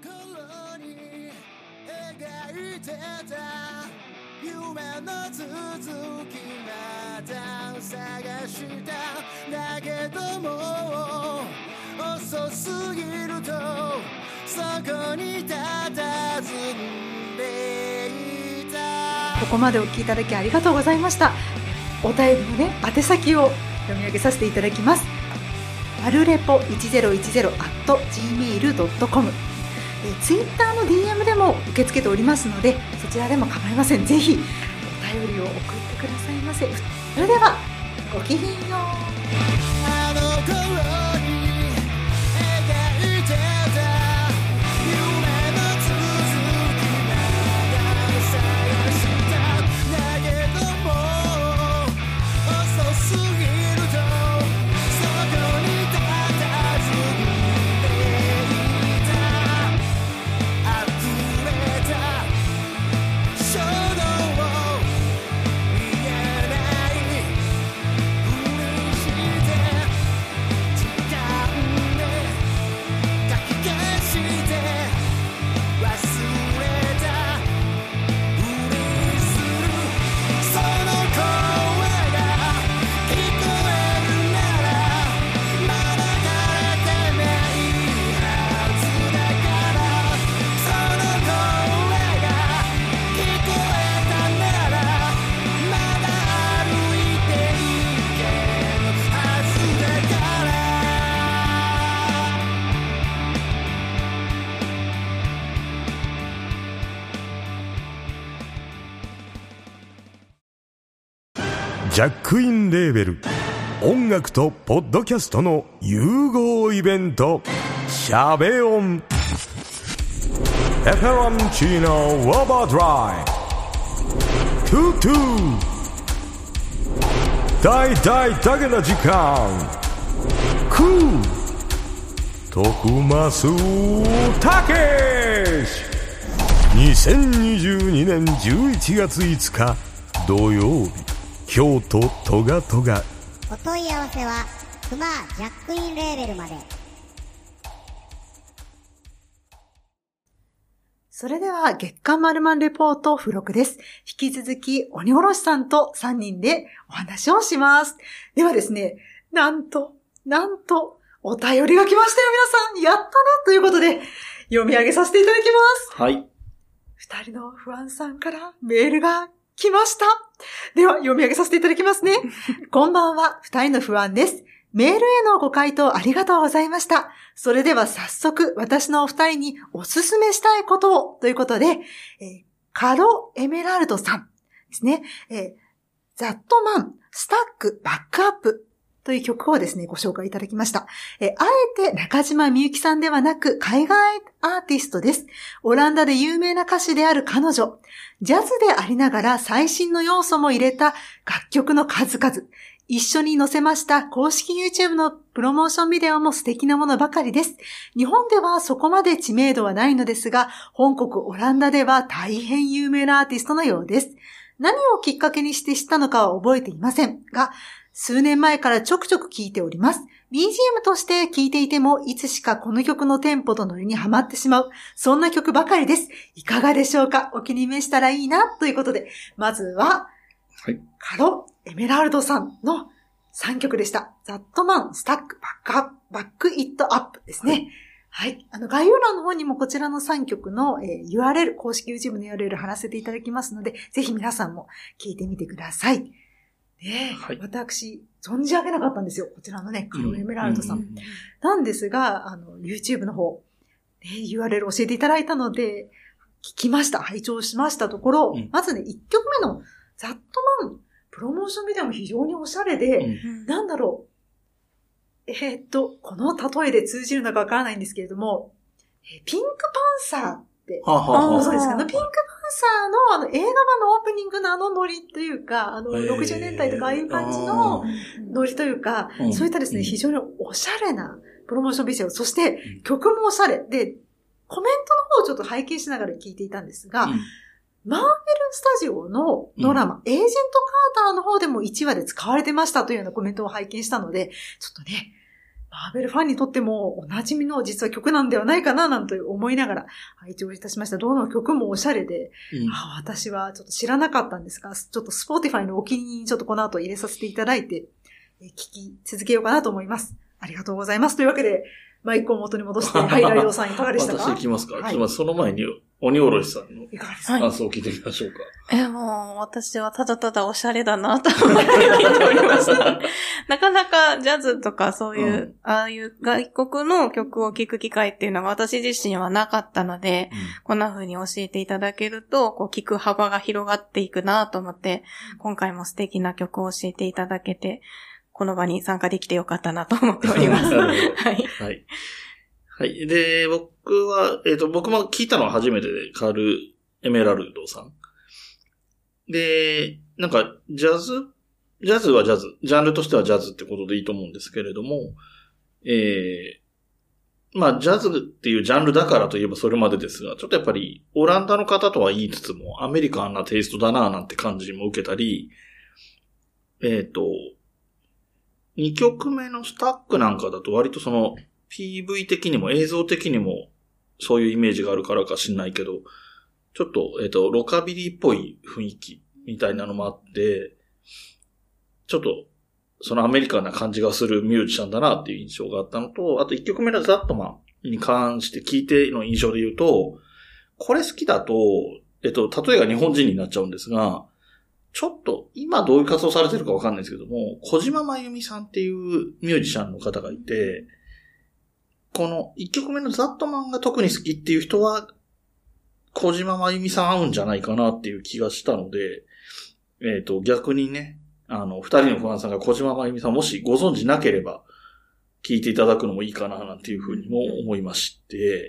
頃に描いてた夢の続きまた探しただけども遅すぎるとそこに佇んでいた。 ここまでお聞きいただきありがとうございました。お便りのね宛先を読み上げさせていただきます。マルレポいちぜろいちぜろ アット ジーメール ドット コム、ツイッターの ディーエム でも受け付けておりますので、そちらでも構いません。ぜひお便りを送ってくださいませ。それではごきげんよう。 あの頃に描いてた夢の続きまだ探しただけども遅すぎるとそこに佇んでいた。溢れた衝動を見えないふりして時間でかき消して忘れたふりするその声が聞こえるならまだ枯れてないはずだからその声が聞こえたならまだ歩いていけるはずだから。 ジャックインレーベル音楽とポッドキャストの融合イベントシャベオンエフェロンチーノウォーバードライトゥトゥ大大だけな時間クー徳増たけしにせんにじゅうにねんじゅういちがついつか土曜日京都トガトガ。 お問い合わせはクマジャックインレーベルまで。 それでは月刊マルマンレポート付録です。引き続き鬼おろしさんとさんにんでお話をします。ではですね、なんとなんとお便りが来ましたよ皆さん。やったねということで読み上げさせていただきます。 はい。 二人の不安さんからメールが来ました。では読み上げさせていただきますね。こんばんは、二人の不安です。メールへのご回答ありがとうございました。それでは早速私のお二人におすすめしたいことをということで、えー、カロエメラルドさんですね。えー、ザットマンスタックバックアップという曲をですね、ご紹介いただきました。えー、あえて中島みゆきさんではなく海外アーティストです。オランダで有名な歌手である彼女。ジャズでありながら最新の要素も入れた楽曲の数々。一緒に載せました公式 YouTube のプロモーションビデオも素敵なものばかりです。日本ではそこまで知名度はないのですが、本国オランダでは大変有名なアーティストのようです。何をきっかけにして知ったのかは覚えていませんが、数年前からちょくちょく聴いております。ビージーエム として聴いていても、いつしかこの曲のテンポとノリにハマってしまう。そんな曲ばかりです。いかがでしょうか？お気に召したらいいな、ということで。まずは、はい、カロ・エメラルドさんのさんきょくでした。ザットマン、スタック、バックアップ、バックイットアップですね。はい。はい、あの、概要欄の方にもこちらのさんきょくの、えー、ユーアールエル、公式 YouTube の ユーアールエル 貼らせていただきますので、ぜひ皆さんも聞いてみてください。ね、はい、私、存じ上げなかったんですよ。こちらのね、カロエメラルドさん。うんうん、なんですが、あの、YouTube の方、ね、ユーアールエル 教えていただいたので、聞きました。拝聴しましたところ、うん、まずね、いっきょくめのザットマン、プロモーションビデオも非常におしゃれで、うん、なんだろう。えー、っと、この例えで通じるのかわからないんですけれども、ピンクパンサーって、はあはあ、そうですかね。ピンクパンサーのあの映画版のオープニングのあのノリというか、あのろくじゅうねんだいとかああいう感じのノリというか、えー、そういったですね、非常におしゃれなプロモーションビデオ、そして曲もおしゃれで、コメントの方をちょっと拝見しながら聞いていたんですが、うん、マーベルスタジオのドラマ、うん、エージェントカーターの方でもいちわで使われてましたというようなコメントを拝見したので、ちょっとね、 マーベルファンにとってもおなじみの実は曲なんではないかななんて思いながら拝聴いたしました。どの曲もおしゃれで、うん、あ私はちょっと知らなかったんですが、ちょっと Spotify のお気に入りにちょっとこの後入れさせていただいて、え聞き続けようかなと思います。ありがとうございます。というわけで、マイクを元に戻して、はい、ライドさんいかがでしたか？ 私行きますか、はい、ちょっとまずその前に、鬼おろしさんの感想を聞いてみましょうか。 はい、え、もう、私はただただおしゃれだなと思って聞いておりました。なかなかジャズとかそういう、うん、ああいう外国の曲を聴く機会っていうのが私自身はなかったので、うん、こんな風に教えていただけると、こう聴く幅が広がっていくなと思って、今回も素敵な曲を教えていただけて、この場に参加できてよかったなと思っております。はい。 はい。はい。で、僕は、えっと、僕も聞いたのは初めてで、カール・エメラルドさん。で、なんか、ジャズ、ジャズはジャズ、ジャンルとしてはジャズってことでいいと思うんですけれども、えー、まあ、ジャズっていうジャンルだからといえばそれまでですが、ちょっとやっぱり、オランダの方とは言いつつも、アメリカンなテイストだなぁなんて感じも受けたり、えっと、にきょくめのスタックなんかだと割とその ピーブイ 的にも映像的にもそういうイメージがあるからか知んないけど、ちょっと、えっと、ロカビリーっぽい雰囲気みたいなのもあって、ちょっとそのアメリカンな感じがするミュージシャンだなっていう印象があったのと、あといっきょくめのザットマンに関して聞いての印象で言うと、これ好きだと、えっと、例えが日本人になっちゃうんですが、ちょっと、今どういう活動されてるかわかんないですけども、小島真由美さんっていうミュージシャンの方がいて、このいっきょくめのザットマンが特に好きっていう人は、小島真由美さん合うんじゃないかなっていう気がしたので、えっと、逆にね、あの、二人のファンさんが小島真由美さんもしご存知なければ、聞いていただくのもいいかななんていうふうにも思いまして、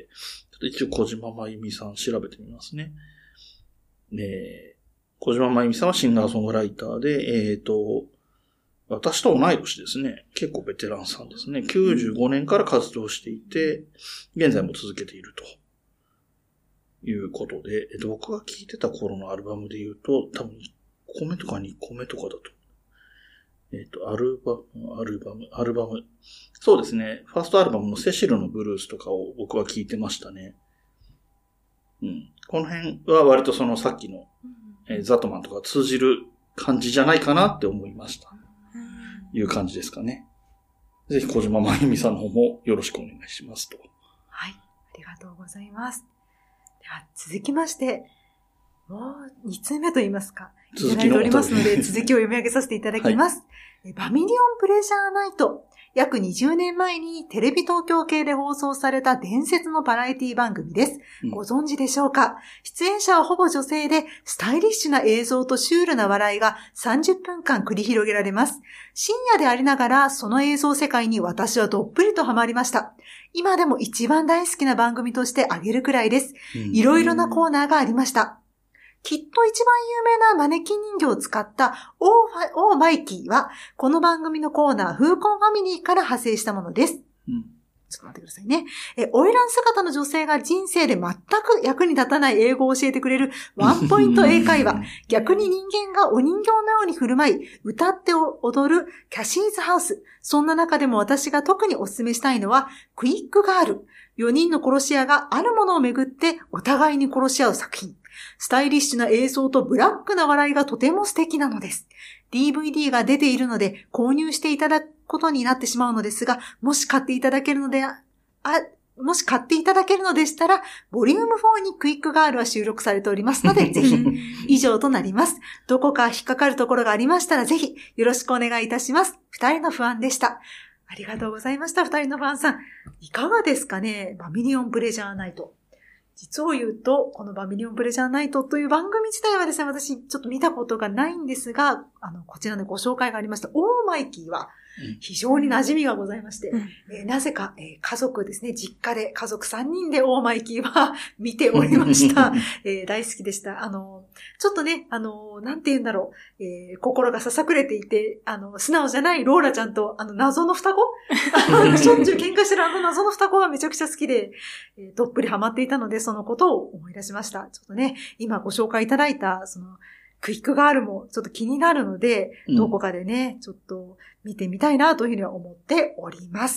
ちょっと一応小島真由美さん調べてみますね。ねえ。小島真由美さんはシンガーソングライターで、えっと、私と同い年ですね。結構ベテランさんですね。きゅうじゅうごねんから活動していて、現在も続けているということで、えっと、僕が聴いてた頃のアルバムで言うと、多分いっこめとかにこめとかだと。えっと、アルバム、アルバム、アルバム。そうですね。ファーストアルバムのセシルのブルースとかを僕は聴いてましたね。うん。この辺は割とそのさっきの、えー、ザットマンとか通じる感じじゃないかなって思いました。いう感じですかね。ぜひ小島真由美さんの方もよろしくお願いしますと。 はい。ありがとうございます。では続きまして、もうにつうめと言いますか。いただいておりますので、続きを読み上げさせていただきます。はい、バミリオンプレジャーナイト。約にじゅうねんまえにテレビ東京系で放送された伝説のバラエティ番組です。うん、ご存知でしょうか？出演者はほぼ女性で、スタイリッシュな映像とシュールな笑いがさんじゅっぷんかん繰り広げられます。深夜でありながら、その映像世界に私はどっぷりとハマりました。今でも一番大好きな番組として挙げるくらいです。いろいろなコーナーがありました。きっと一番有名なマネキン人形を使ったオーファ、オーマイキーは、この番組のコーナー、フーコンファミリーから派生したものです。うん、ちょっと待ってくださいね。え、オイラン姿の女性が人生で全く役に立たない英語を教えてくれるワンポイント英会話。逆に人間がお人形のように振る舞い、歌って踊るキャシーズハウス。そんな中でも私が特にお勧めしたいのは、クイックガール。よにんの殺し屋があるものをめぐってお互いに殺し合う作品。スタイリッシュな映像とブラックな笑いがとても素敵なのです。ディーブイディー が出ているので購入していただくことになってしまうのですが、もし買っていただけるので、あ、もし買っていただけるのでしたら、ボリュームフォーにクイックガールは収録されておりますので、ぜひ、以上となります。どこか引っかかるところがありましたら、ぜひ、よろしくお願いいたします。二人の不安でした。ありがとうございました。二人のファンさん。いかがですかね？バミリオンプレジャーナイト。実を言うと、このバミリオンプレジャーナイトという番組自体はですね、私ちょっと見たことがないんですが、あの、こちらでご紹介がありました、オーマイキーは、非常に馴染みがございまして、うんえー、なぜか、えー、家族ですね、実家で家族さんにんでオーマイキーは見ておりました、えー。大好きでした。あの、ちょっとね、あの、なんて言うんだろう、えー、心がささくれていて、あの、素直じゃないローラちゃんと、あの、謎の双子しょっちゅう喧嘩してるあの謎の双子がめちゃくちゃ好きで、えー、どっぷりハマっていたので、そのことを思い出しました。ちょっとね、今ご紹介いただいた、その、クイックガールもちょっと気になるので、うん、どこかでね、ちょっと見てみたいなというふうには思っております。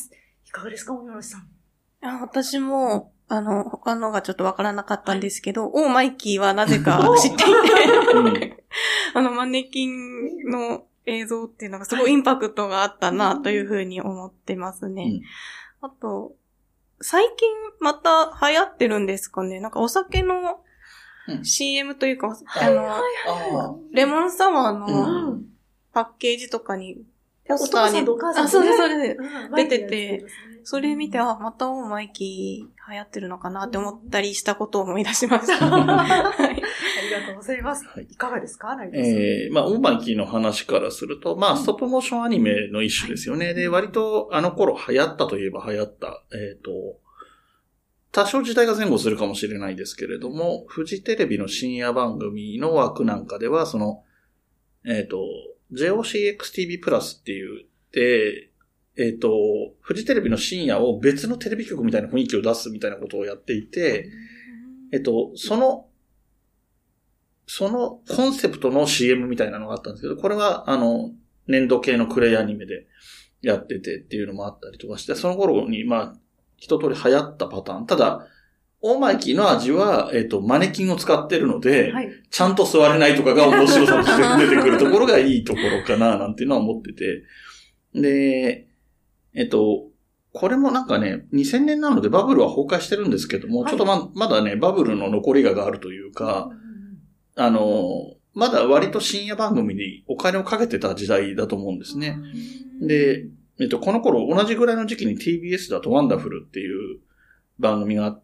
いかがですか、鬼おろしさん。 いや、私も、あの、他のがちょっとわからなかったんですけど、オーマイキーはなぜか知っていて、あの、マネキンの映像っていうのがすごいインパクトがあったなというふうに思ってますね。うん、あと、最近また流行ってるんですかね。なんかお酒の シーエム というか、うん、あの、レモンサワーのパッケージとかに、 ポスターに、 あ、そうです、そうです。出てて、それ見て、あ、またオーマイキー流行ってるのかなって思ったりしたことを思い出しました。 はい、ありがとうございます。はい、いかがですか、ライトさん。 えー、まあ、オーマイキーの話からすると、まあ、ストップモーションアニメの一種ですよね。で、割とあの頃流行ったといえば流行った、えっと、多少時代が前後するかもしれないですけれども、フジテレビの深夜番組の枠なんかでは、その、えっと、ジェイオーシーエックスティービー プラスっていう、で、えっと、フジテレビの深夜を別のテレビ局みたいな雰囲気を出すみたいなことをやっていて、えっと、その、そのコンセプトの シーエム みたいなのがあったんですけど、これは、あの、年度系のクレイアニメでやっててっていうのもあったりとかして、その頃に、まあ、一通り流行ったパターン。ただ、オーマイキーの味は、えっと、マネキンを使ってるので、はい、ちゃんと座れないとかが面白さとして出てくるところがいいところかな、なんていうのは思ってて。で、えっと、これもなんかね、にせんねんなのでバブルは崩壊してるんですけども、はい、ちょっとま、まだね、バブルの残りががあるというか、うん、あの、まだ割と深夜番組にお金をかけてた時代だと思うんですね。うん、で、えっと、この頃同じぐらいの時期に ティービーエス だとワンダフルっていう番組があって、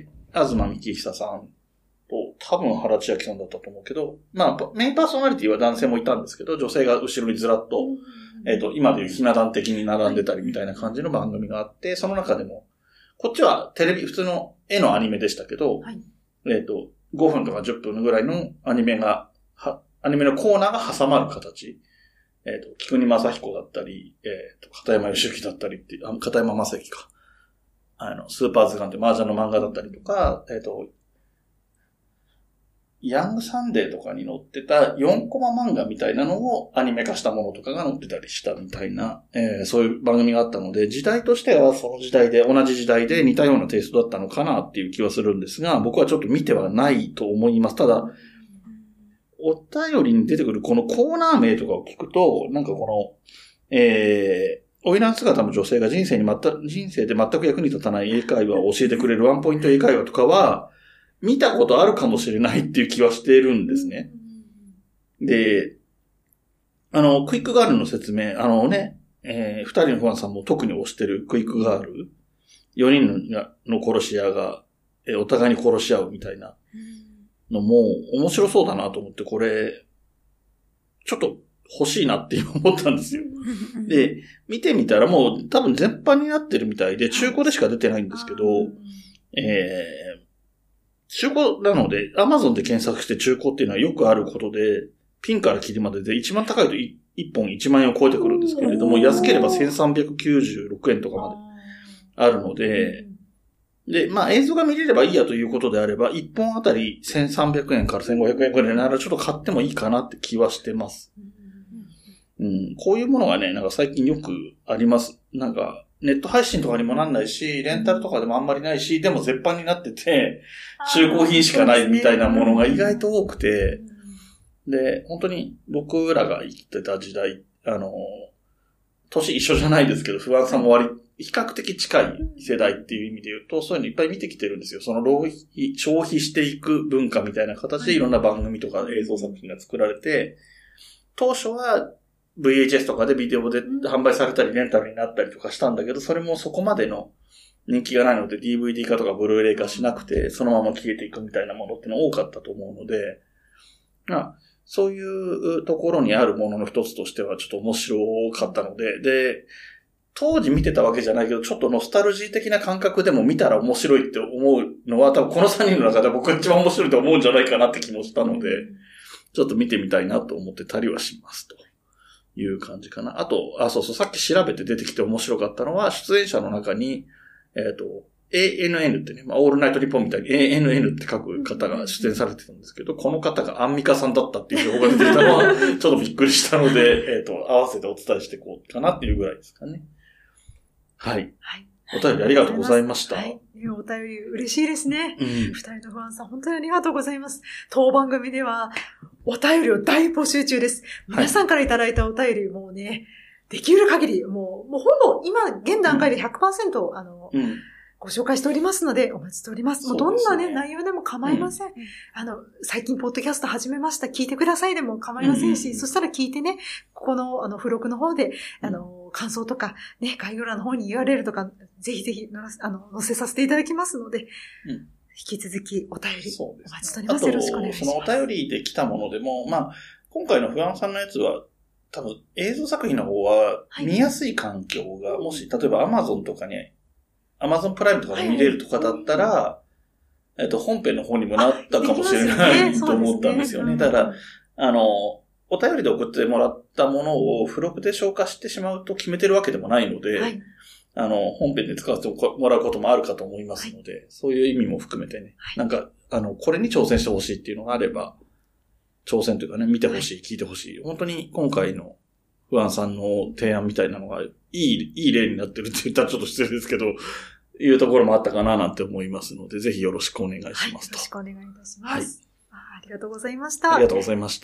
東幹久さんと、多分原千秋さんだったと思うけど、まあ、メインパーソナリティは男性もいたんですけど、女性が後ろにずらっと、えっと、今でいうひな壇的に並んでたりみたいな感じの番組があって、その中でも、こっちはテレビ、普通の絵のアニメでしたけど、はい、えっと、ごふんとかじゅっぷんぐらいのアニメが、は、アニメのコーナーが挟まる形。えっと、菊似正彦だったり、えっと、片山義行だったりっていう、あ、片山正幸か。あの、スーパー図鑑って麻雀の漫画だったりとか、えっと、ヤングサンデーとかに載ってたよんコマ漫画みたいなのをアニメ化したものとかが載ってたりしたみたいな、えー、そういう番組があったので、時代としてはその時代で、同じ時代で似たようなテイストだったのかなっていう気はするんですが、僕はちょっと見てはないと思います。ただ、お便りに出てくるこのコーナー名とかを聞くと、なんかこの、えー、花魁姿の女性が人生に全く、人生で全く役に立たない英会話を教えてくれるワンポイント英会話とかは、見たことあるかもしれないっていう気はしているんですね。で、あの、クイックガールの説明、あのね、えー、二人のファンさんも特に推してるクイックガール、四人の殺し屋が、えー、お互いに殺し合うみたいなのも面白そうだなと思って、これ、ちょっと欲しいなって思ったんですよ。で、見てみたらもう多分全般になってるみたいで、中古でしか出てないんですけど、えー、中古なので、Amazon で検索して中古っていうのはよくあることで、ピンからキリまでで一番高いといっぽんいちまんえんを超えてくるんですけれども、安ければせんさんびゃくきゅうじゅうろくえんとかまであるので、で、まあ映像が見れればいいやということであれば、いっぽんあたりせんさんびゃくえんからせんごひゃくえんくらいならちょっと買ってもいいかなって気はしてます。うん、こういうものがね、なんか最近よくあります。なんか、ネット配信とかにもなんないし、レンタルとかでもあんまりないし、でも絶版になってて、中古品しかないみたいなものが意外と多くて、で、本当に僕らが生きてた時代、あの、年一緒じゃないですけど、不安さも割、比較的近い世代っていう意味で言うと、そういうのいっぱい見てきてるんですよ。その浪費、消費していく文化みたいな形でいろんな番組とか映像作品が作られて、当初は、ブイエイチエス とかでビデオで販売されたりレンタルになったりとかしたんだけど、それもそこまでの人気がないので ディーブイディー 化とかブルーレイ化しなくて、そのまま消えていくみたいなものっての多かったと思うので、まあ、そういうところにあるものの一つとしてはちょっと面白かったので、で、当時見てたわけじゃないけど、ちょっとノスタルジー的な感覚でも見たら面白いって思うのは、多分このさんにんの中で僕が一番面白いと思うんじゃないかなって気もしたので、ちょっと見てみたいなと思ってたりはしますと。いう感じかな。あと、あ、そうそう、さっき調べて出てきて面白かったのは、出演者の中に、えっと、エーエヌエヌ ってね、まあ、オールナイトリポンみたいに エーエヌエヌ って書く方が出演されてたんですけど、この方がアンミカさんだったっていう情報が出てきたのは、ちょっとびっくりしたので、えっと、合わせてお伝えしていこうかなっていうぐらいですかね。はい。 はい。 お便りありがとうございました。 はい。お便り嬉しいですね。 うん。 二人の不安さん、本当にありがとうございます。当番組では、お便りを大募集中です。皆さんからいただいたお便りもね、できる限り、もう、もうほぼ、今、現段階で ひゃくパーセント、あの、うんご紹介しておりますので、お待ちしております。もうどんなね、内容でも構いません。うん、あの、最近ポッドキャスト始めました。聞いてくださいでも構いませんし、うん、そしたら聞いてね、ここの、あの、付録の方で、あの、感想とか、ね、概要欄の方に ユーアールエル とか、ぜひぜひ、あの、載せさせていただきますので、うん、引き続きお便り、お待ちしております。よろしくお願いします。 そのお便りで来たものでも、まあ、今回の不安さんのやつは、多分映像作品の方は見やすい環境が、はい、もし、例えば Amazon とかに、アマゾンプライムとかで見れるとかだったら、はい、えっと、本編の方にもなったかもしれない、ね、と思ったんですよね。だから、あの、お便りで送ってもらったものを付録で消化してしまうと決めてるわけでもないので、はい、あの、本編で使わせてもらうこともあるかと思いますので、はい、そういう意味も含めてね、はい、なんか、あの、これに挑戦してほしいっていうのがあれば、挑戦というかね、見てほしい、はい、聞いてほしい。本当に今回の不安さんの提案みたいなのが、いい、いい例になってるって言ったらちょっと失礼ですけど、いうところもあったかななんて思いますので、ぜひよろしくお願いしますと。はい、よろしくお願いいたします。はい、あ。ありがとうございました。 ありがとうございました。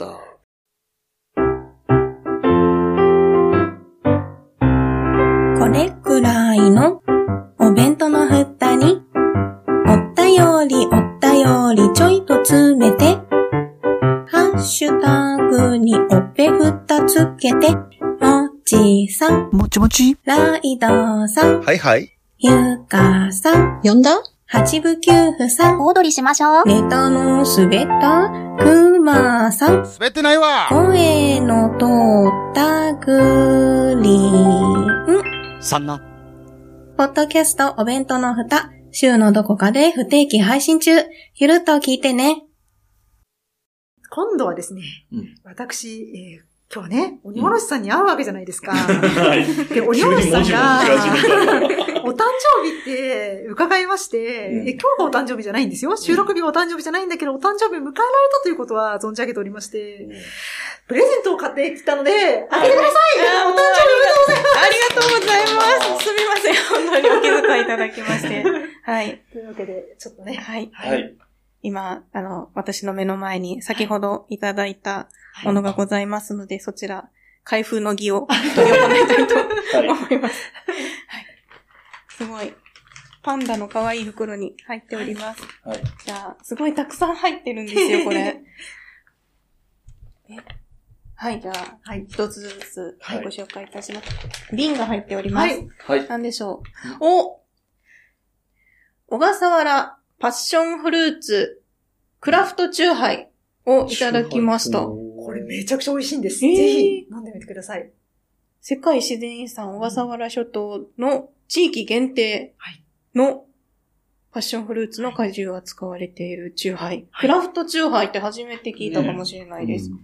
これくらいのお弁当の蓋に、おったよりおったよりちょいと詰めて、ハッシュタグにおっぺふたつけて、もちさん、 もちもち、 ライドさん、 はいはい。 ゆかさん。 呼んだ？ 八部九夫さん。 大踊りしましょう。 ネタの滑ったくまさん。 滑ってないわ。 声の通ったグリーン。 さんな。 ポッドキャストお弁当の蓋。週のどこかで不定期配信中。ゆるっと聞いてね。 今度はですね、うん、私、えー今日ね、鬼おろしさんに会うわけじゃないですか。はい、で、鬼おろしさんが、お誕生日って伺いまして、うん、え、今日がお誕生日じゃないんですよ。収録日がお誕生日じゃないんだけど、お誕生日を迎えられたということは存じ上げておりまして、うん、プレゼントを買ってきたので、開けてください、お誕生日おめでとうございます。 ありがとうございます。すみません。本当にお気遣いいただきまして。はい。 というわけで、ちょっとね。 はい。 はい。 今、あの、私の目の前に先ほどいただいたものがございますので、はい、そちら、開封の儀を執り行いたいと思います。はい。すごい、パンダの可愛い袋に入っております。はい。じゃあ、すごいたくさん入ってるんですよ、これ。えはい、じゃあ、はい、一つずつ、はい、ご紹介いたします。瓶が入っております。はい。何でしょう。お小笠原パッションフルーツクラフトチューハイをいただきました。 これめちゃくちゃ美味しいんです。えー、ぜひ飲んでみてください。 世界自然遺産小笠原諸島の地域限定のパッションフルーツの果汁が使われているチューハイ。はい、クラフトチューハイって初めて聞いたかもしれないです。ねうん、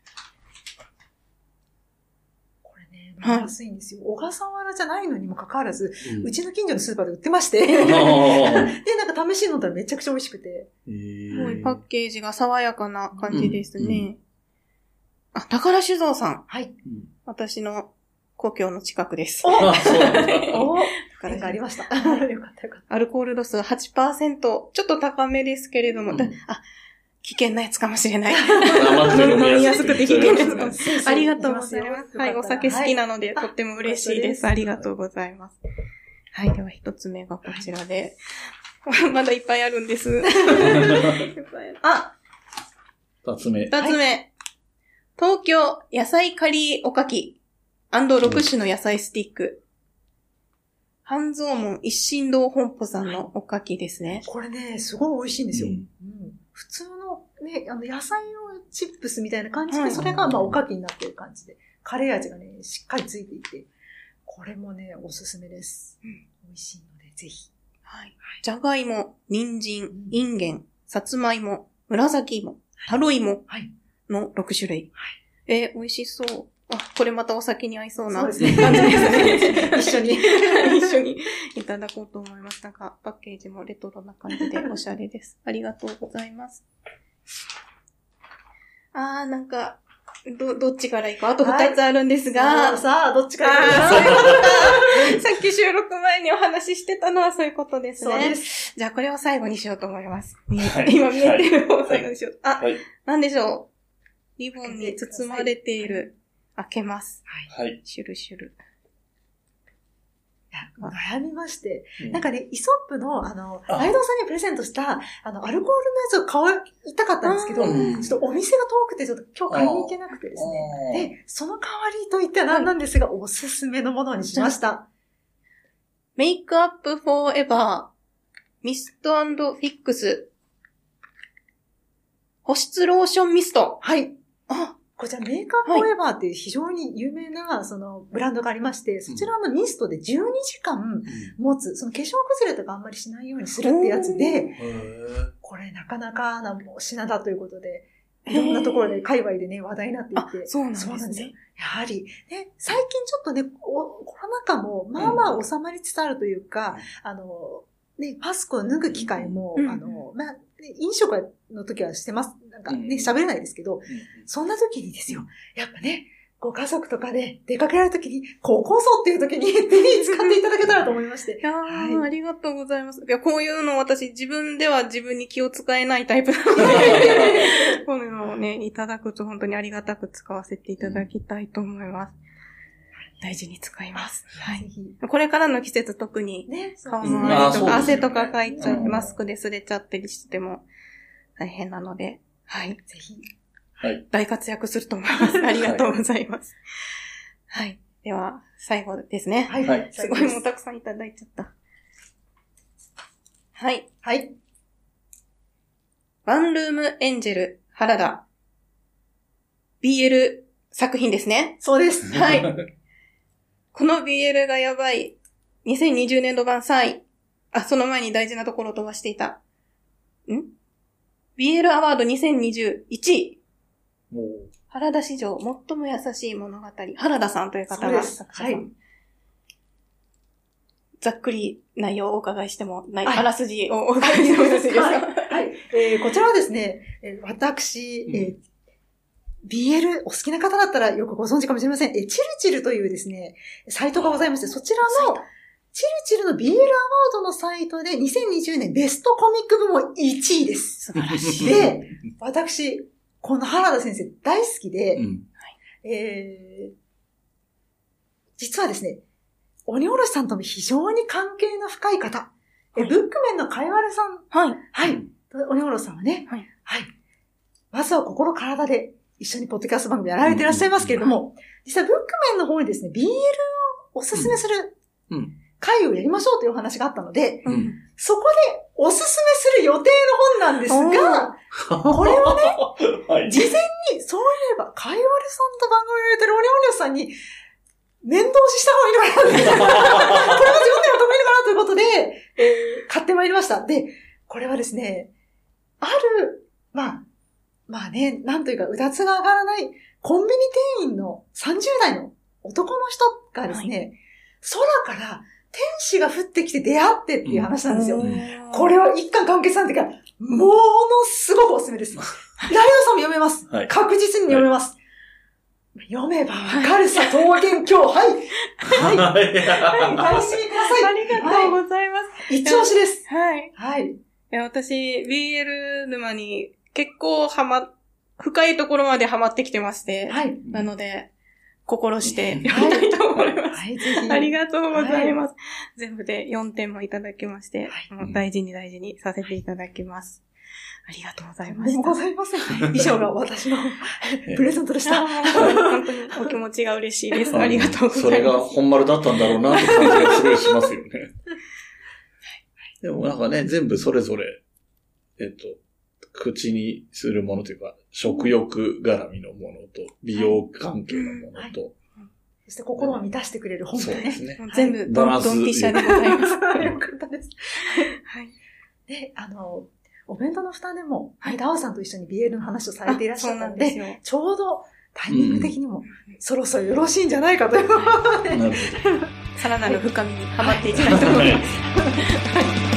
これね、飲みやすいんですよ。小笠原じゃないのにもかかわらず、うん、うちの近所のスーパーで売ってまして。で、なんか試しに飲んだらめちゃくちゃ美味しくて。 すごいパッケージが爽やかな感じですね。うんうん、あ、宝酒造さん。はい。私の故郷の近くです。 おそうなんだ。おなんかありました。よかったよかった。 アルコール度数 はちパーセント。ちょっと高めですけれども、うん、あ、危険なやつかもしれない。飲みやすくて危険なやつかもしれない。ありがとうございます。はい、お酒好きなので、はい、とっても嬉しいです。ありがとうございます。はい、では一つ目がこちらで。まだいっぱいあるんです。あ二つ目。 二つ目。はい、東京野菜カリーおかき&ろく種の野菜スティック。半蔵門一心堂本舗さんのおかきですね。 これね、すごい美味しいんですよ。うんうん、普通のね、あの野菜のチップスみたいな感じで、それがまあおかきになってる感じで、カレー味がね、しっかりついていて、これもね、おすすめです。うん、美味しいので、ぜひ。 はい。じゃがいも、人参、インゲン、さつまいも、紫芋、タロイモのろく種類。はい、えー、美味しそう。あ、これまたお酒に合いそうな感じですね。一緒に、一緒にいただこうと思いましたが、パッケージもレトロな感じでおしゃれです。ありがとうございます。あー、なんか、 ど、どっちからいこう。あと二つあるんですが。 はい、さあ、どっちからいこう。 そういうことさっき収録前にお話ししてたのはそういうことですね。 そうです。 じゃあこれを最後にしようと思います。はい、今見えてる方を最後にしよう。はい、あ、はい、なんでしょう。リボンに包まれている。開けます。 はい。 シュルシュル。 悩みまして、うん、なんかね、イソップの、あの、ライドさんにプレゼントした、あの、アルコールのやつを買いたかったんですけど、うん、ちょっとお店が遠くて、ちょっと今日買いに行けなくてですね。で、その代わりといっては何なんですが、おすすめのものにしました。 メイクアップフォーエバー、ミスト&フィックス、保湿ローションミスト。 はい。あ、こちらメイクアップフォーエバーっていう非常に有名なそのブランドがありまして、そちらのミストでじゅうにじかん持つ、その化粧崩れとかあんまりしないようにするってやつで、これなかなかな品だということで、いろんなところで界隈でね、話題になっていて。 そうなんですね。 そうなんですよ。やはり、ね、最近ちょっとね、コロナ禍もまあまあ収まりつつあるというか、あの、ね、マスクを脱ぐ機会も、あの、まあ、飲食の時はしてます。なんかね、喋れないですけど、そんな時にですよ、やっぱね、ご家族とかで出かけられる時に、ここそっていう時に、ぜひ使っていただけたらと思いまして。 いやー、はい、ありがとうございます。いや、こういうの私自分では自分に気を使えないタイプなので、こういうのをね、いただくと本当にありがたく使わせていただきたいと思います。大事に使います。はい。これからの季節特に、顔周りとか汗とかかいちゃって、マスクで擦れちゃったりしても大変なので、はい。ぜひ、はい。大活躍すると思います。ありがとうございます。はい。では、最後ですね。はい。すごいもうたくさんいただいちゃった。はい。 はい。 ワンルームエンジェル原田 ビーエル 作品ですね。 そうです。 はい。この ビーエル がやばい。にせんにじゅうねんど版さんい。あ、その前に大事なところを飛ばしていた。ん ?ビーエル アワードにせんにじゅういちい。原田史上最も優しい物語。原田さんという方が作者さん。はい。ざっくり内容をお伺いしてもない。はい、あらすじをお伺いしてもよろしいですか？はい。 はい、えー、こちらはですね、私、うん、えービーエル お好きな方だったらよくご存知かもしれません。え、チルチルというですね、サイトがございまして、そちらの、チルチルの ビーエル アワードのサイトでにせんにじゅうねんベストコミック部門いちいです。素晴らしい。で、私、この原田先生大好きで、うん、えー、実はですね、鬼おろしさんとも非常に関係の深い方。はい、え、ブックメンのかいわるさん。はい。はい。鬼おろしさんはね、はい。はい。まずは心体で、一緒にポッドキャスト番組やられていらっしゃいますけれども、実際ブックメンの方にですね、ビーエル をおすすめする会をやりましょうというお話があったので、うん、そこでおすすめする予定の本なんですが、これをね、はい、事前に、そういえば、かいわるさんと番組をやられてるオニオニオさんに、面倒しした方がいいのかなって、これまず読んでる方がいいのかなということで、えー、買ってまいりました。で、これはですね、ある、まあ、まあね、なんというか、うだつが上がらない、コンビニ店員のさんじゅう代の男の人がですね、はい、空から天使が降ってきて出会ってっていう話なんですよ。うん、これは一巻完結なんていうか、ものすごくおすすめです。ライオンさんも読めます。はい、確実に読めます。はい、読めばわかるさ、桃源郷。はい。はい。はい。お楽しみください。 ありがとうございます。 はい、一押しです。 はい。はい。いや、私、ビーエル 沼に、結構はま、深いところまでハマってきてまして。はい。なので、心して読みたいと思います。はい、ぜひ。ありがとうございます。はい、全部でよんてんもいただきまして、はい、もう大事に大事にさせていただきます。ありがとうございました。 ございません。衣装が私のプレゼントでした。 本当にお気持ちが嬉しいです。ありがとうございます。 それが本丸だったんだろうなって感じがすごいしますよね。でもなんかね、全部それぞれ、えっと、口にするものというか、食欲絡みのものと、美容関係のものと、はいはい、 そして心を満たしてくれる本当ね。そうですね。 全部ドン、ドンピシャでございます。よかったです。はい。で、あの、お弁当の蓋でも、はい、ダオさんと一緒に ビーエル の話をされていらっしゃったので、でちょうどタイミング的にも、そろそろよろしいんじゃないかということで、 なるほど。さらなる深みにはまっていきたいと思います。はい